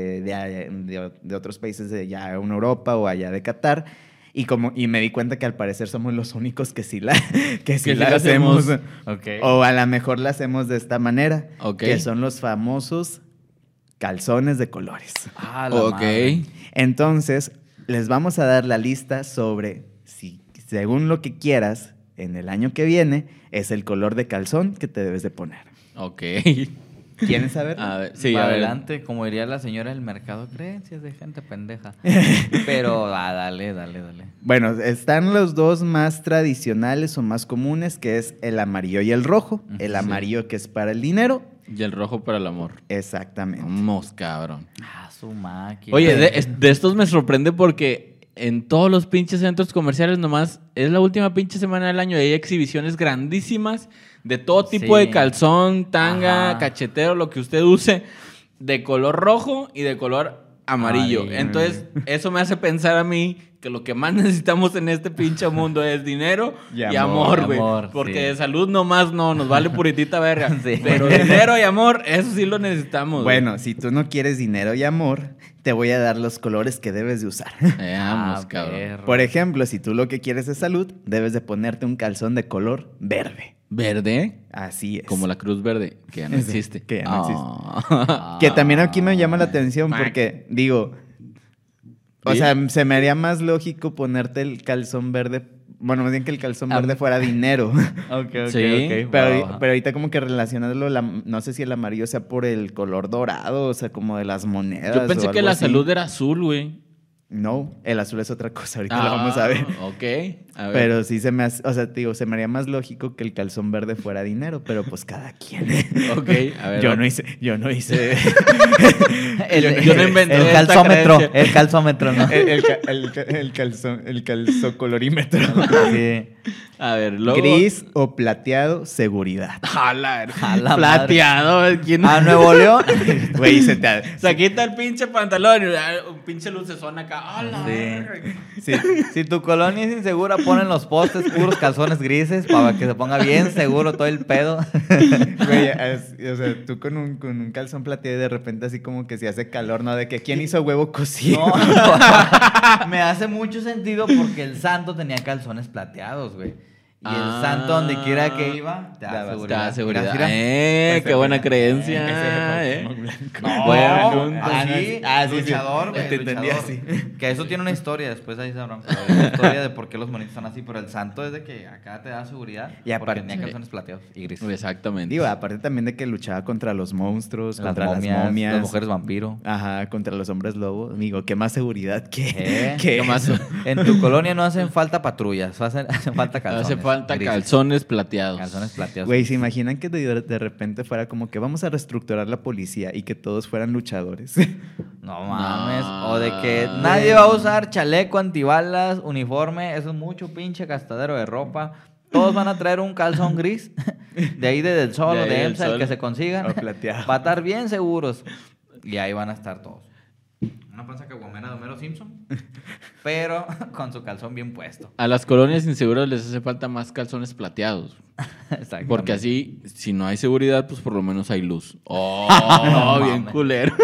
de otros países de ya en Europa o allá de Qatar. Y me di cuenta que al parecer somos los únicos que sí la sí la hacemos. hacemos. Ok. O a lo mejor la hacemos de esta manera. Ok. Que son los famosos calzones de colores. Ah, la Ok. madre. Entonces, les vamos a dar la lista sobre si, según lo que quieras, en el año que viene, es el color de calzón que te debes de poner. Ok. ¿Quieren saber? A ver, sí, Va a ver. adelante, como diría la señora del mercado, creencias de gente pendeja. Pero, dale. Bueno, están los dos más tradicionales o más comunes, que es el amarillo y el rojo. El Sí. amarillo que es para el dinero. Y el rojo para el amor. Exactamente. Vamos, cabrón. Ah, su máquina. Oye, de estos me sorprende porque en todos los pinches centros comerciales nomás es la última pinche semana del año y hay exhibiciones grandísimas de todo tipo Sí. de calzón, tanga, Ajá. cachetero, lo que usted use, de color rojo y de color amarillo. Amarillo. Entonces, eso me hace pensar a mí que lo que más necesitamos en este pinche mundo es dinero Y y amor, amor, güey. amor, Porque sí. de salud nomás no, nos vale puritita verga. Sí. Pero dinero y amor, eso sí lo necesitamos. güey. Bueno, si tú no quieres dinero y amor, te voy a dar los colores que debes de usar. Vamos, cabrón. perro. Por ejemplo, si tú lo que quieres es salud, debes de ponerte un calzón de color verde. ¿Verde? Así es. Como la Cruz Verde, que ya no Sí, existe. que ya no existe. Ah. Que también aquí me llama la atención porque, digo, o ¿Sí? sea, se me haría más lógico ponerte el calzón verde, bueno, más bien que el calzón Ah, verde fuera dinero. Ok, Sí, ok. Pero ahorita como que relacionarlo, no sé si el amarillo sea por el color dorado, o sea, como de las monedas. Yo pensé o que algo la así. salud era azul, güey. No, el azul es otra cosa, ahorita lo vamos a ver. Ok. A ver. Pero sí se me hace, o sea, te digo, se me haría más lógico que el calzón verde fuera dinero, pero pues cada quien. Ok, a ver. Yo no hice. Yo no inventé el esta calzómetro, creencia. el calzómetro, ¿no? el calzocolorímetro. Sí. A ver, luego. Gris o plateado, seguridad. A la Plateado. ¿Quién? A Nuevo León. Güey, se te. Se quita el pinche pantalón y un pinche lucezón acá. ¡Ah, la Sí. verga! Si tu colonia es insegura, ponen los postes puros calzones grises para que se ponga bien seguro todo el pedo. Güey, o sea, tú con un calzón plateado y de repente así como que se hace calor, ¿no? De que ¿quién hizo huevo cocido? No, me hace mucho sentido porque el santo tenía calzones plateados, güey. Y el Ah. santo, donde quiera que iba, te da Daba seguridad. Da seguridad. Mira, mira. Qué buena Ese creencia. es el No, Buen punto. así, sí, luchador, sí. güey, Te entendí luchador. así. Que eso tiene una historia, después ahí sabrán. Pero hay una historia de por qué los monitos son así, pero el santo es de que acá te da seguridad. Y aparte- porque tenía calzones plateados y grises. Exactamente. Digo, aparte también de que luchaba contra los monstruos, Las contra momias, las momias. las mujeres vampiro. Ajá, contra los hombres lobo. Digo, ¿qué más seguridad que ¿Qué? que ¿Qué más? eso? En tu colonia no hacen falta patrullas, hacen falta calzones. falta grises. calzones plateados. Calzones plateados. Güey, ¿se imaginan que de repente fuera como que vamos a reestructurar la policía y que todos fueran luchadores? No mames. No, O de que nadie va a usar chaleco, antibalas, uniforme. Eso es mucho pinche gastadero de ropa. Todos van a traer un calzón gris. De ahí de Del Sol De o ahí de del EMSA, el Sol. que se consigan. O plateado. Para estar bien seguros. Y ahí van a estar todos. Una panza caguamera de Homero Simpson. Pero con su calzón bien puesto. A las colonias inseguras les hace falta más calzones plateados. Exactamente. Porque así, si no hay seguridad, pues por lo menos hay luz. Oh, No bien mames. culero.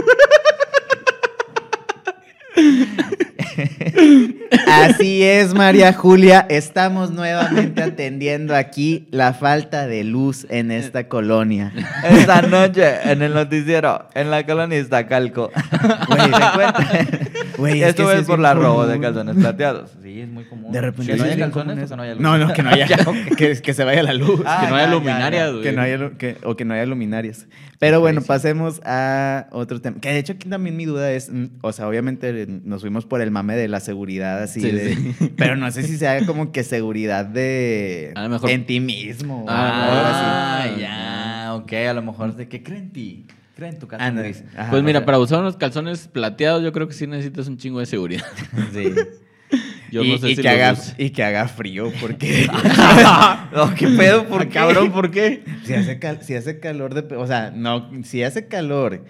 Así es, María Julia. Estamos nuevamente atendiendo aquí la falta de luz en esta colonia. Esta noche en el noticiero, en la colonia Iztacalco. Güey, ¿Se cuenta? Güey, Esto sí es por bien la robo de común. calzones plateados. Sí, es muy común. De repente ¿Que no sí haya es bien calzones común o eso. que no haya luz? No, que no haya. Ya, ok. que se vaya la luz. Ah, que no haya ya, luminarias, ya. güey. Que no haya, que no haya luminarias. Pero bueno, pasemos a otro tema. Que de hecho aquí también mi duda es, o sea, obviamente nos fuimos por el mame de la seguridad así Sí, de... sí. Pero no sé si sea como que seguridad de... A lo mejor- En ti mismo. o Ah, algo así. ya. Ok, a lo mejor de que cree en ti. Cree en tu calzón Ándale. gris. Ajá. Pues mira, o sea- para usar unos calzones plateados, yo creo que sí necesitas un chingo de seguridad. Sí. Yo y, no sé y si que los haga, use. y que haga frío, porque No, ¿qué pedo? ¿Por Ah, qué? cabrón, ¿por qué? si hace calor de... O sea, no, si hace calor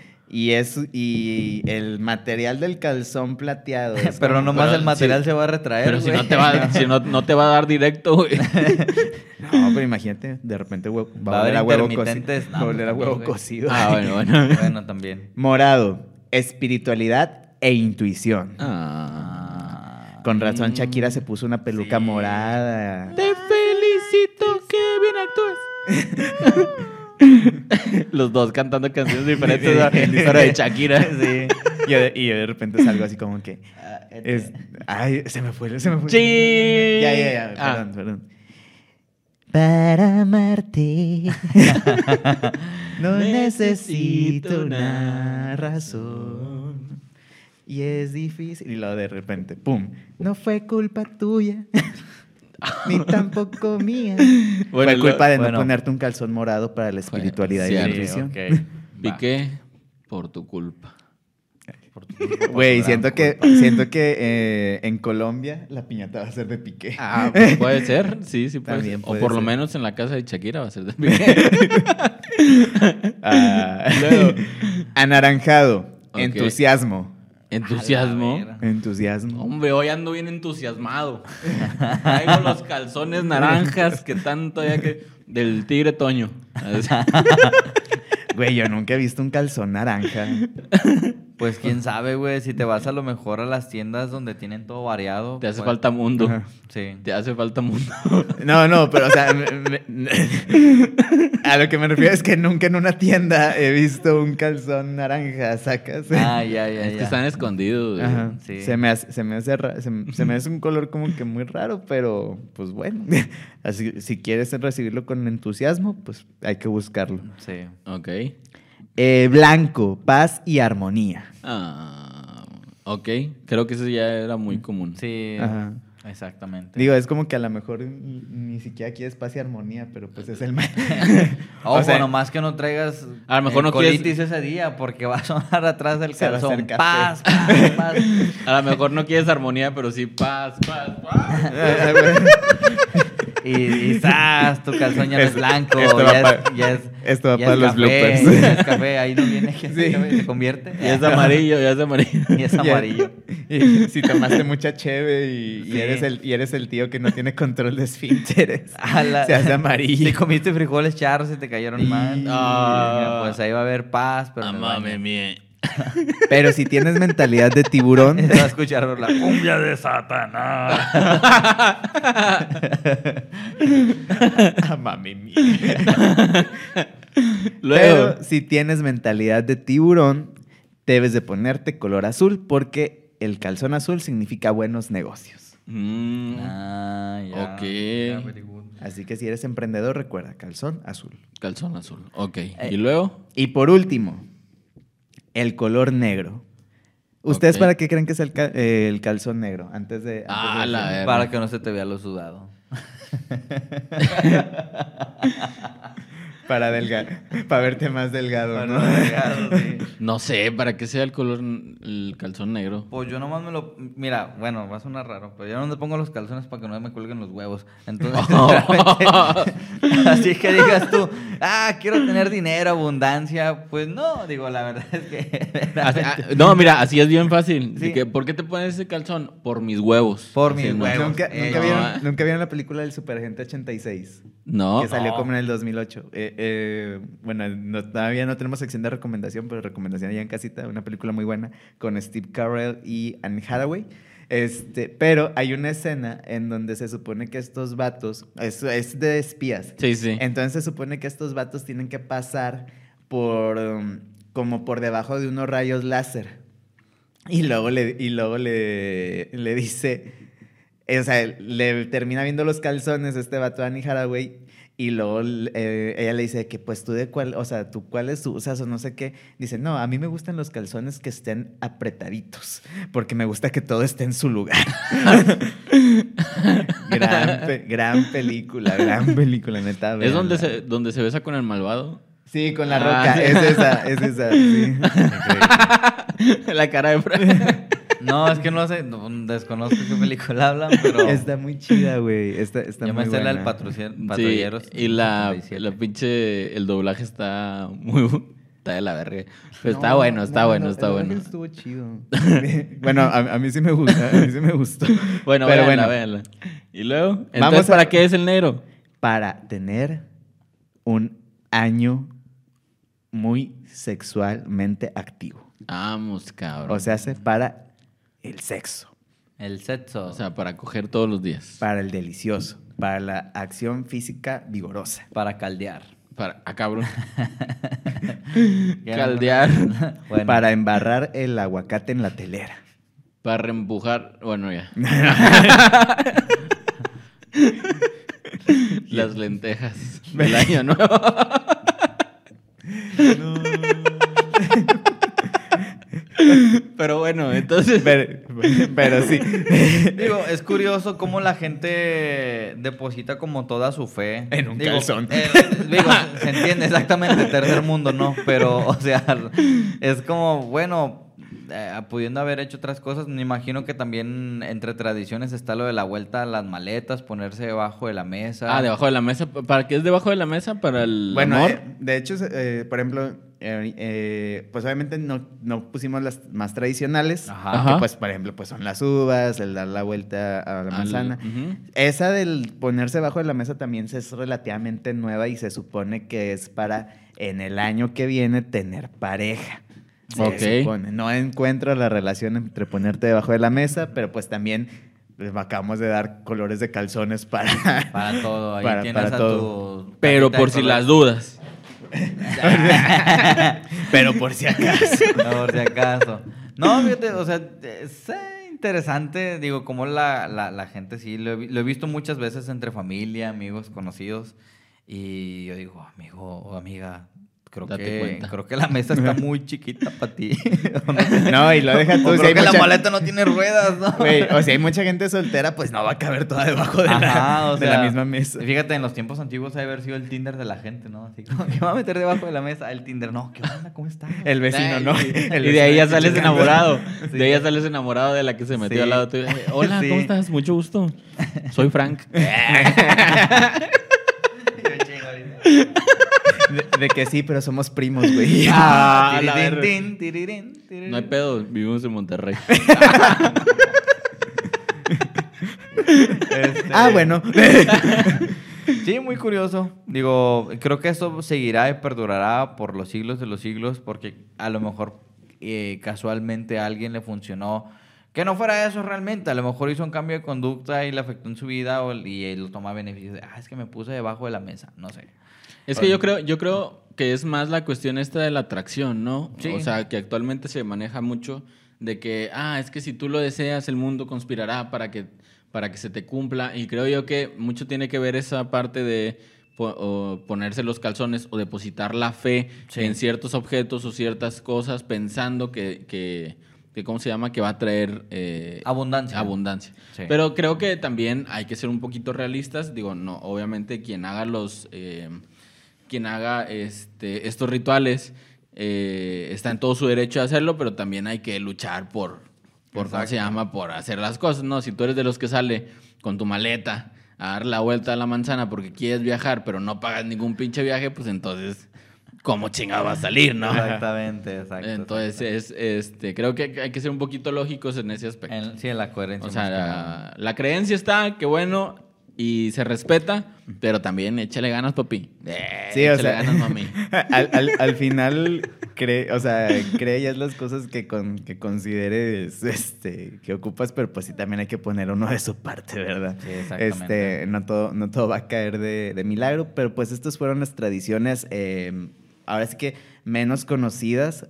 y el material del calzón plateado... es Pero como- nomás pero el material si- se va a retraer, Pero si güey. no te va, si no te va a dar directo, güey. No, pero imagínate, de repente Va va a a oler a haber huevo cocido. intermitentes. Va a oler a No, huevo güey. cocido. Ah, bueno. Bueno, también. Morado, espiritualidad e intuición. Ah. Con razón Shakira se puso una peluca Sí. morada. Te felicito, que bien actúas. Los dos cantando canciones diferentes, pero de Shakira. Sí. Y yo de repente salgo así como que... Ay, se me fue. Sí. Ya. Ah. Perdón. Para amarte no necesito una razón. Y es difícil. Y luego de repente, ¡pum! No fue culpa tuya, ni tampoco mía. Bueno, fue culpa de bueno. no ponerte un calzón morado para la espiritualidad y la cierto. intuición. Ok. Piqué por tu culpa. Güey, Por tu siento gran que en Colombia la piñata va a ser de Piqué. Ah, puede ser. Sí, puede También ser. O puede por lo ser. menos en la casa de Shakira va a ser de Piqué. Luego, anaranjado, Ok. entusiasmo. Entusiasmo. A la vera. Entusiasmo. Hombre, hoy ando bien entusiasmado. Traigo los calzones naranjas que tanto ya que... Del tigre Toño. Güey, yo nunca he visto un calzón naranja. Pues quién sabe, güey. Si te vas a lo mejor a las tiendas donde tienen todo variado. Te hace pues, falta mundo. Ajá. Sí. Te hace falta mundo. No, pero o sea, a lo que me refiero es que nunca en una tienda he visto un calzón naranja, ¿sacas? Ah, ya. Es que están escondidos, güey. Ajá. Sí. Se me hace un color como que muy raro, pero pues bueno. Así, si quieres recibirlo con entusiasmo, pues hay que buscarlo. Sí. Ok. Blanco, paz y armonía. Ah, ok. Creo que eso ya era muy común. Sí. Ajá. Exactamente. Digo, es como que a lo mejor ni siquiera quieres paz y armonía, pero pues es el... Ojo, o sea, nomás que no traigas a lo mejor no colitis ese día porque va a sonar atrás del Se va a hacer calzón. café. Paz. A lo mejor no quieres armonía, pero sí paz. Y ¡zas! Tu calzón ya no es blanco. esto va ya, pa- ya es, esto va ya para es los café, bloopers. ya es café, ahí no viene que se convierte. Ya es amarillo, ya es amarillo. Y es amarillo. Y si tomaste mucha cheve y Sí. eres el tío que no tiene control de esfínteres, A se hace amarillo. Si comiste frijoles charros y te cayeron mal. Ah. Pues ahí va a haber paz, pero en el Amame baño. mía. Pero si tienes mentalidad de tiburón, Se va a escuchar la cumbia de Satanás. mami mía. Luego, Pero si tienes mentalidad de tiburón, debes de ponerte color azul porque el calzón azul significa buenos negocios. Ah, ya. Ok. Ya, very good. Así que si eres emprendedor, recuerda, calzón azul. calzón azul. Ok. ¿Y luego? Y por último, el color negro. ¿Ustedes Ok. para qué creen que es el calzón negro? Antes de Ah, hacer- la verga. Para que no se te vea lo sudado. Para verte más delgado, ¿no? Sí. No sé, ¿para qué sea el color, el calzón negro? Pues yo nomás me lo... Mira, bueno, va a sonar raro, pero yo no me pongo los calzones para que no me cuelguen los huevos. Entonces, realmente, así que digas tú, quiero tener dinero, abundancia. Pues no, digo, la verdad es que... No, mira, así es bien fácil. Sí. ¿Por qué te pones ese calzón? Por mis huevos. Por Así, mis ¿no? huevos. ¿Nunca vieron la película del Superagente 86? No. Que salió como en el 2008. Bueno, todavía no tenemos sección de recomendación, pero recomendación allá en casita. Una película muy buena con Steve Carell y Anne Hathaway. Pero hay una escena en donde se supone que estos vatos... Es de espías. Sí, sí. Entonces se supone que estos vatos tienen que pasar como por debajo de unos rayos láser. Y luego le dice... O sea, le termina viendo los calzones este vato a Annie Hathaway y luego ella le dice que pues tú de cuál, o sea, tú cuáles usas o no sé qué. Dice, no, a mí me gustan los calzones que estén apretaditos porque me gusta que todo esté en su lugar. gran película, neta. ¿Es véanla. donde se besa con el malvado? Sí, con la roca, sí. es esa, sí. La cara de Frank. No, es que no sé, desconozco qué película hablan, pero... Está muy chida, güey. Está yo muy me sé la del buena. Patrulleros. Sí, y la 77. pinche... El doblaje está muy... Está de la verga. Pero está No, bueno, está no, bueno, no, está el bueno. doblaje estuvo chido. Bueno, a mí sí me gusta, a mí sí me gustó. Bueno, Pero véanla. ¿Y luego? Entonces, ¿para qué es el negro? Para tener un año muy sexualmente activo. Vamos, cabrón. O sea, hace para el sexo, El sexo. O sea, para coger todos los días. para el delicioso, para la acción física vigorosa. para caldear. Cabrón. Caldear. Bueno, Para embarrar el aguacate en la telera. Para reempujar. Bueno, ya. Las lentejas del año nuevo. Pero bueno, entonces. Pero sí. digo, es curioso cómo la gente deposita como toda su fe. En un calzón. Digo, se entiende exactamente, tercer mundo, ¿no? Pero, o sea, es como, bueno, pudiendo haber hecho otras cosas, me imagino que también entre tradiciones está lo de la vuelta a las maletas, ponerse debajo de la mesa. Debajo de la mesa. ¿Para qué es debajo de la mesa? Para el Bueno, amor. de hecho, por ejemplo, pues obviamente no pusimos las más tradicionales, Ajá. que pues, por ejemplo, pues son las uvas, el dar la vuelta a la manzana. Ujú. Esa del ponerse debajo de la mesa también es relativamente nueva y se supone que es para en el año que viene tener pareja. Se supone. No encuentro la relación entre ponerte debajo de la mesa, pero pues también les acabamos de dar colores de calzones para todo. Ahí para tienes a todo. tu... Pero cajita por de si colores. las dudas. pero por si acaso. No, por si acaso. No, fíjate, o sea, es interesante, digo, como la gente sí, lo he visto muchas veces entre familia, amigos, conocidos, y yo digo, amigo o amiga, Date cuenta. creo que la mesa está muy chiquita para ti. No, y lo deja tú. O si creo hay que la mucha- maleta no tiene ruedas, ¿no? Güey, o sea, hay mucha gente soltera, pues no va a caber toda debajo de, Ajá, o de sea, la misma mesa. Fíjate, en los tiempos antiguos ha de haber sido el Tinder de la gente, ¿no? Así como, ¿qué va a meter debajo de la mesa? El Tinder, no, ¿qué onda? ¿Cómo estás? El vecino, ¿no? Y El de ahí ya vecino sales chingando. enamorado. Sí. De ahí ya sales enamorado de la que se metió Sí. al lado tuyo. Hola, Sí. ¿cómo estás? Mucho gusto. Soy Frank. De que sí, pero somos primos, güey. Ah, la Tirirín, verga. tin, tirirín, tirirín. No hay pedo, vivimos en Monterrey. Bueno. Sí, muy curioso. Digo, creo que eso seguirá y perdurará por los siglos de los siglos, porque a lo mejor casualmente a alguien le funcionó que no fuera eso realmente. A lo mejor hizo un cambio de conducta y le afectó en su vida y él lo toma beneficio de, es que me puse debajo de la mesa, no sé. Es que yo creo que es más la cuestión esta de la atracción, ¿no? Sí. O sea, que actualmente se maneja mucho de que, es que si tú lo deseas, el mundo conspirará para que se te cumpla. Y creo yo que mucho tiene que ver esa parte de ponerse los calzones o depositar la fe Sí. en ciertos objetos o ciertas cosas pensando que ¿cómo se llama? Que va a traer Abundancia. Abundancia. Sí. Pero creo que también hay que ser un poquito realistas. Digo, no, obviamente quien haga estos rituales está en todo su derecho de hacerlo, pero también hay que luchar por ¿cómo se llama? Por hacer las cosas, ¿no? Si tú eres de los que sale con tu maleta a dar la vuelta a la manzana porque quieres viajar, pero no pagas ningún pinche viaje, pues entonces, ¿cómo chingado va a salir, no? Exactamente, exacto. Entonces, creo que hay que ser un poquito lógicos en ese aspecto. Sí, en la coherencia. O más que sea, nada. la creencia está, que bueno, y se respeta, pero también échale ganas, papi. Sí, o Échale sea, ganas, mami. al final cree ya las cosas que consideres que ocupas, pero pues sí también hay que poner uno de su parte, ¿verdad? Sí, exactamente. No todo va a caer de milagro, pero pues estas fueron las tradiciones, ahora sí que menos conocidas,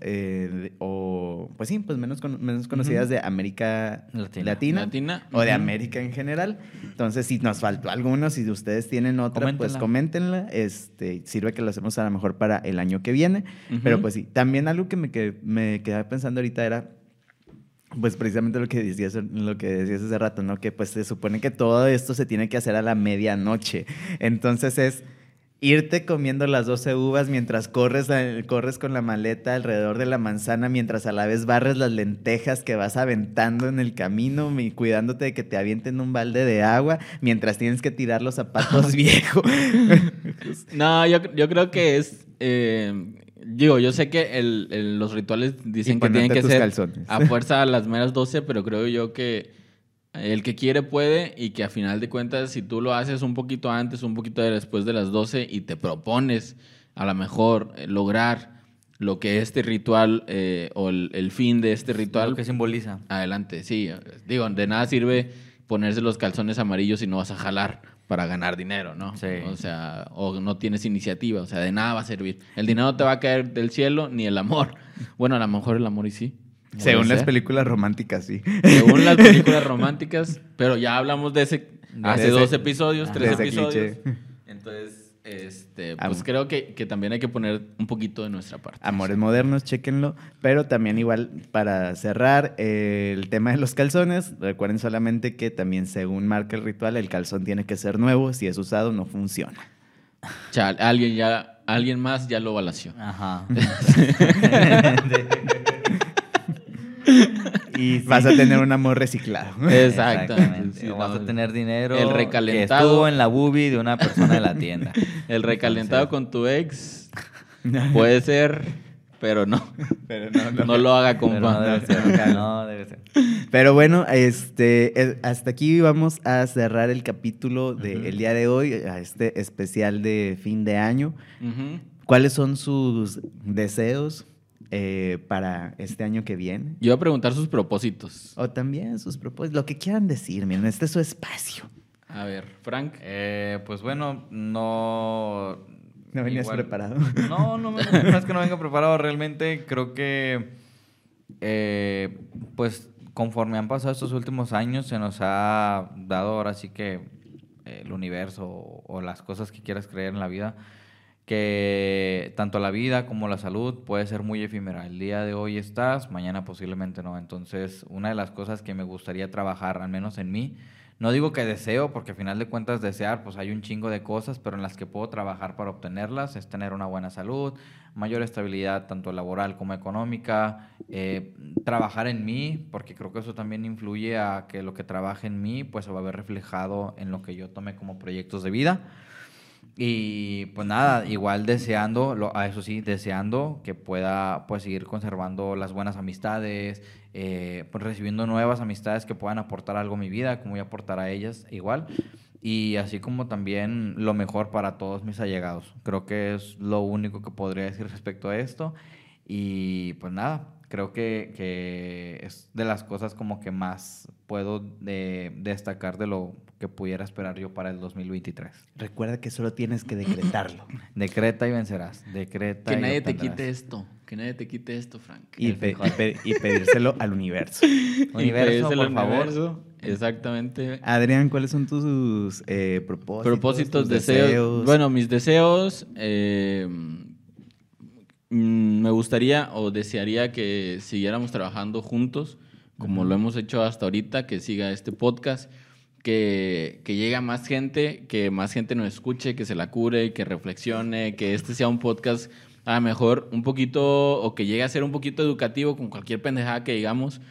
menos conocidas de América Latina o de América en general. Entonces, si nos faltó alguno, si ustedes tienen otra, pues coméntenla. Sirve que lo hacemos a lo mejor para el año que viene. Pero pues sí, también algo que me quedaba pensando ahorita era, pues precisamente lo que decías hace rato, ¿no? Que pues se supone que todo esto se tiene que hacer a la medianoche. Entonces es irte comiendo las 12 uvas mientras corres con la maleta alrededor de la manzana, mientras a la vez barres las lentejas que vas aventando en el camino, cuidándote de que te avienten un balde de agua, mientras tienes que tirar los zapatos viejos. No, yo creo que es... yo sé que los rituales dicen que tienen que ser calzones a fuerza a las meras 12, pero creo yo que el que quiere puede, y que a final de cuentas, si tú lo haces un poquito antes, un poquito después de las 12 y te propones a lo mejor lograr lo que este ritual o el fin de este ritual... Lo que simboliza. Adelante, sí. Digo, de nada sirve ponerse los calzones amarillos si no vas a jalar para ganar dinero, ¿no? Sí. O sea, o no tienes iniciativa, o sea, de nada va a servir. El dinero no te va a caer del cielo, ni el amor. Bueno, a lo mejor el amor y sí. Según las películas románticas, sí. Según las películas románticas, pero ya hablamos de ese hace 2 episodios, 3 episodios. Cliché. Entonces, pues creo que también hay que poner un poquito de nuestra parte. Amores modernos, chéquenlo. Pero también igual, para cerrar el tema de los calzones, recuerden solamente que también según marca el ritual, el calzón tiene que ser nuevo. Si es usado, no funciona. Chale, alguien más ya lo balació. Ajá. Y vas a tener un amor reciclado. Exactamente. Sí, Vas a tener dinero el que recalentado estuvo en la boobie de una persona de la tienda. El recalentado con tu ex puede ser, pero no. Pero no lo haga, compa. Pero no debe ser. No debe ser. Pero bueno, hasta aquí vamos a cerrar el capítulo del día de hoy, a este especial de fin de año. Uh-huh. ¿Cuáles son sus deseos para este año que viene? Yo voy a preguntar sus propósitos. O también sus propósitos, lo que quieran decir, miren, este es su espacio. A ver, Frank. Pues bueno, no venías igual, preparado. No es que no venga preparado. Realmente creo que pues conforme han pasado estos últimos años se nos ha dado ahora sí que el universo o las cosas que quieras creer en la vida, que tanto la vida como la salud puede ser muy efímera. El día de hoy estás, mañana posiblemente no. Entonces, una de las cosas que me gustaría trabajar, al menos en mí, no digo que deseo, porque al final de cuentas desear, pues hay un chingo de cosas, pero en las que puedo trabajar para obtenerlas, es tener una buena salud, mayor estabilidad tanto laboral como económica, trabajar en mí, porque creo que eso también influye a que lo que trabaje en mí, pues se va a ver reflejado en lo que yo tome como proyectos de vida. Y pues nada, igual deseando que pueda pues seguir conservando las buenas amistades, pues recibiendo nuevas amistades que puedan aportar algo a mi vida, como voy a aportar a ellas igual. Y así como también lo mejor para todos mis allegados. Creo que es lo único que podría decir respecto a esto. Y pues nada, creo que es de las cosas como que más puedo destacar de lo que pudiera esperar yo para el 2023. Recuerda que solo tienes que decretarlo. Decreta y vencerás. Decreta que y nadie te obtendrás. quite esto. Que nadie te quite esto, Frank. Y pedírselo al universo. Universo, pedírselo por al favor. universo. Exactamente. Adrián, ¿cuáles son tus propósitos? Propósitos, tus deseos. Bueno, mis deseos... me gustaría o desearía que siguiéramos trabajando juntos, como lo hemos hecho hasta ahorita, que siga este podcast, que llegue a más gente, que más gente nos escuche, que se la cure, que reflexione, que este sea un podcast a lo mejor un poquito, o que llegue a ser un poquito educativo con cualquier pendejada que digamos.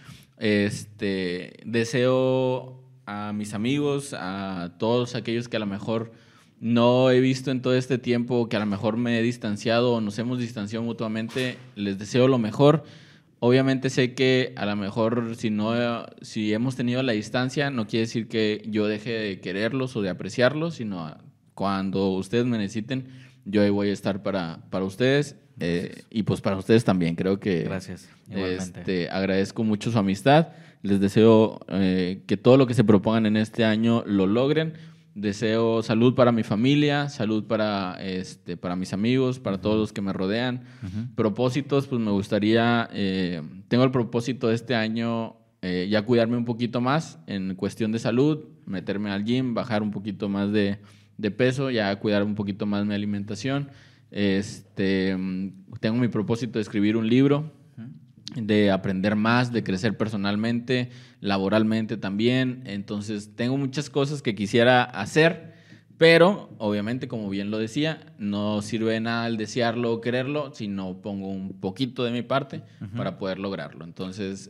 Deseo a mis amigos, a todos aquellos que a lo mejor no he visto en todo este tiempo, que a lo mejor me he distanciado o nos hemos distanciado mutuamente, les deseo lo mejor. Obviamente sé que a lo mejor si hemos tenido la distancia, no quiere decir que yo deje de quererlos o de apreciarlos, sino cuando ustedes me necesiten, yo ahí voy a estar para ustedes y pues para ustedes también. Creo que Gracias, igualmente. Agradezco mucho su amistad. Les deseo que todo lo que se propongan en este año lo logren. Deseo salud para mi familia, salud para mis amigos, para todos los que me rodean. Propósitos, pues me gustaría, tengo el propósito de este año ya cuidarme un poquito más en cuestión de salud, meterme al gym, bajar un poquito más de peso, ya cuidar un poquito más mi alimentación. Tengo mi propósito de escribir un libro, de aprender más, de crecer personalmente, laboralmente también. Entonces, tengo muchas cosas que quisiera hacer, pero obviamente, como bien lo decía, no sirve de nada el desearlo o quererlo si no pongo un poquito de mi parte para poder lograrlo. Entonces,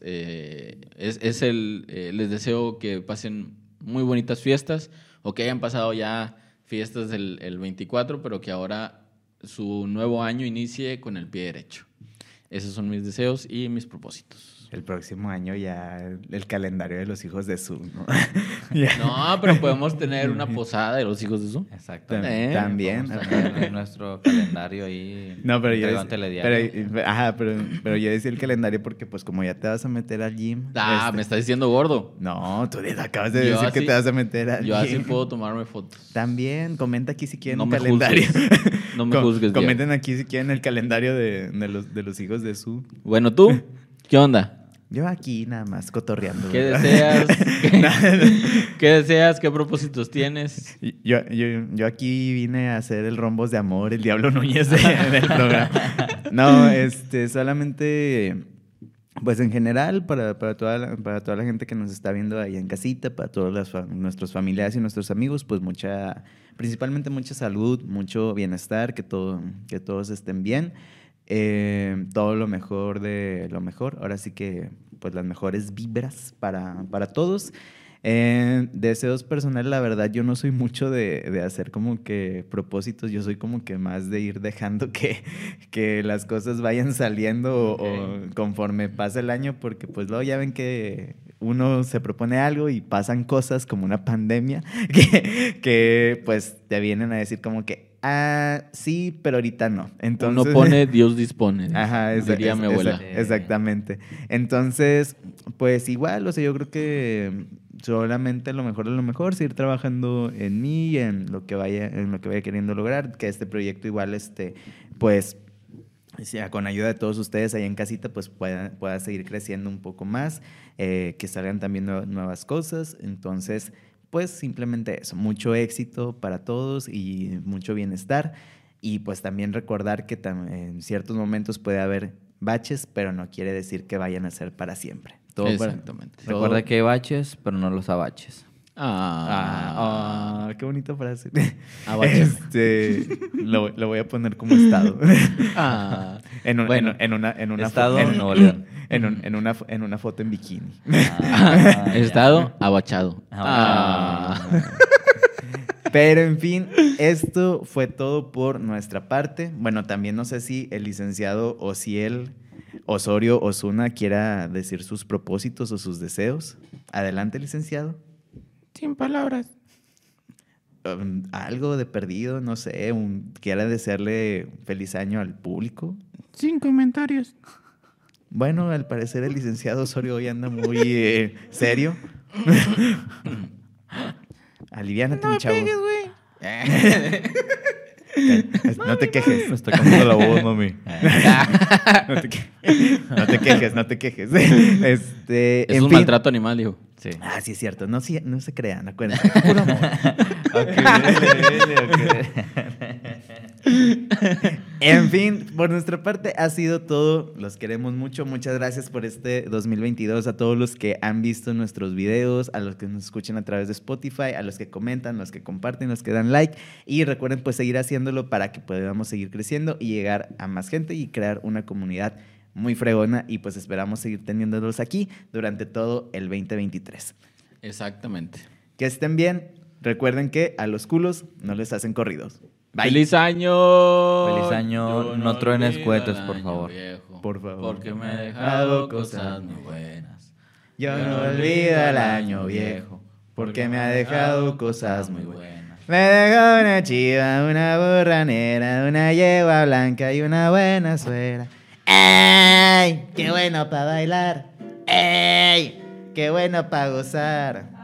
les deseo que pasen muy bonitas fiestas o que hayan pasado ya fiestas el 24, pero que ahora su nuevo año inicie con el pie derecho. Esos son mis deseos y mis propósitos. El próximo año ya el calendario de los hijos de Su, ¿no? No, pero podemos tener una posada de los hijos de Su. Exacto. También. Vamos a tener nuestro calendario ahí. No, pero yo entregado en telediario. pero yo decía el calendario porque pues como ya te vas a meter al gym. Me estás diciendo gordo. No, tú acabas de decir que te vas a meter al gym. Yo así puedo tomarme fotos. También, comenta aquí si quieren No un me calendario. No me juzgues, Diego. Comenten aquí si quieren el calendario de los hijos de Su. Bueno, ¿tú? ¿Qué onda? Yo aquí nada más cotorreando. ¿Qué deseas? ¿Qué deseas? ¿Qué propósitos tienes? Yo aquí vine a hacer el Rombos de Amor, el Diablo Núñez del programa. No, solamente, pues en general, para toda la gente que nos está viendo ahí en casita, para todos nuestros familiares y nuestros amigos, pues principalmente mucha salud, mucho bienestar, que todos estén bien. Todo lo mejor de lo mejor. Ahora sí que pues las mejores vibras para todos. Deseos personales, la verdad, yo no soy mucho de hacer como que propósitos. Yo soy como que más de ir dejando que las cosas vayan saliendo o conforme pasa el año, porque pues luego ya ven que uno se propone algo y pasan cosas como una pandemia que pues te vienen a decir como que sí, pero ahorita no. Entonces, uno pone, Dios dispone. Ajá, diría mi abuela. Exactamente. Entonces, pues igual, o sea, yo creo que solamente lo mejor de lo mejor, seguir trabajando en mí, en lo que vaya queriendo lograr, que este proyecto igual, pues, con ayuda de todos ustedes ahí en casita, pues pueda seguir creciendo un poco más, que salgan también nuevas cosas. Entonces, pues simplemente eso, mucho éxito para todos y mucho bienestar. Y pues también recordar que en ciertos momentos puede haber baches, pero no quiere decir que vayan a ser para siempre. Exactamente. Recuerda que hay baches, pero no los abaches. Qué bonita frase. Abaches. Lo voy a poner como estado. En una estado foto, Nuevo León. en una foto en bikini. Estado abachado. Pero en fin, esto fue todo por nuestra parte. Bueno, también no sé si el licenciado Osiel Osorio Osuna quiera decir sus propósitos o sus deseos. Adelante, licenciado. Sin palabras. Algo de perdido, no sé, quiera desearle feliz año al público. Sin comentarios. Bueno, al parecer el licenciado Osorio hoy anda muy serio. Aliviánate, mi chavo. No me pegues, güey. No te quejes. Me está cambiando la voz, mami. No te quejes. Es un maltrato animal, hijo. Sí. Sí, es cierto. No se crean, acuérdense. Puro amor. Ok. En fin, por nuestra parte ha sido todo. Los queremos mucho. Muchas gracias por este 2022. A todos los que han visto nuestros videos, a los que nos escuchan a través de Spotify, a los que comentan, los que comparten, los que dan like. Y recuerden pues seguir haciéndolo para que podamos seguir creciendo y llegar a más gente y crear una comunidad muy fregona. Y pues esperamos seguir teniéndolos aquí durante todo el 2023. Exactamente. Que estén bien. Recuerden que a los culos no les hacen corridos. Bye. ¡Feliz año! Feliz año. Yo No truenes olvido cohetes, el por año favor. viejo, Por favor. Porque me he dejado cosas muy buenas. Yo no olvido el año viejo, porque me ha dejado cosas muy buenas. Me dejó una chiva, una burranera, una yegua blanca y una buena suegra. ¡Ey! ¡Qué bueno para bailar! ¡Ey! ¡Qué bueno para gozar!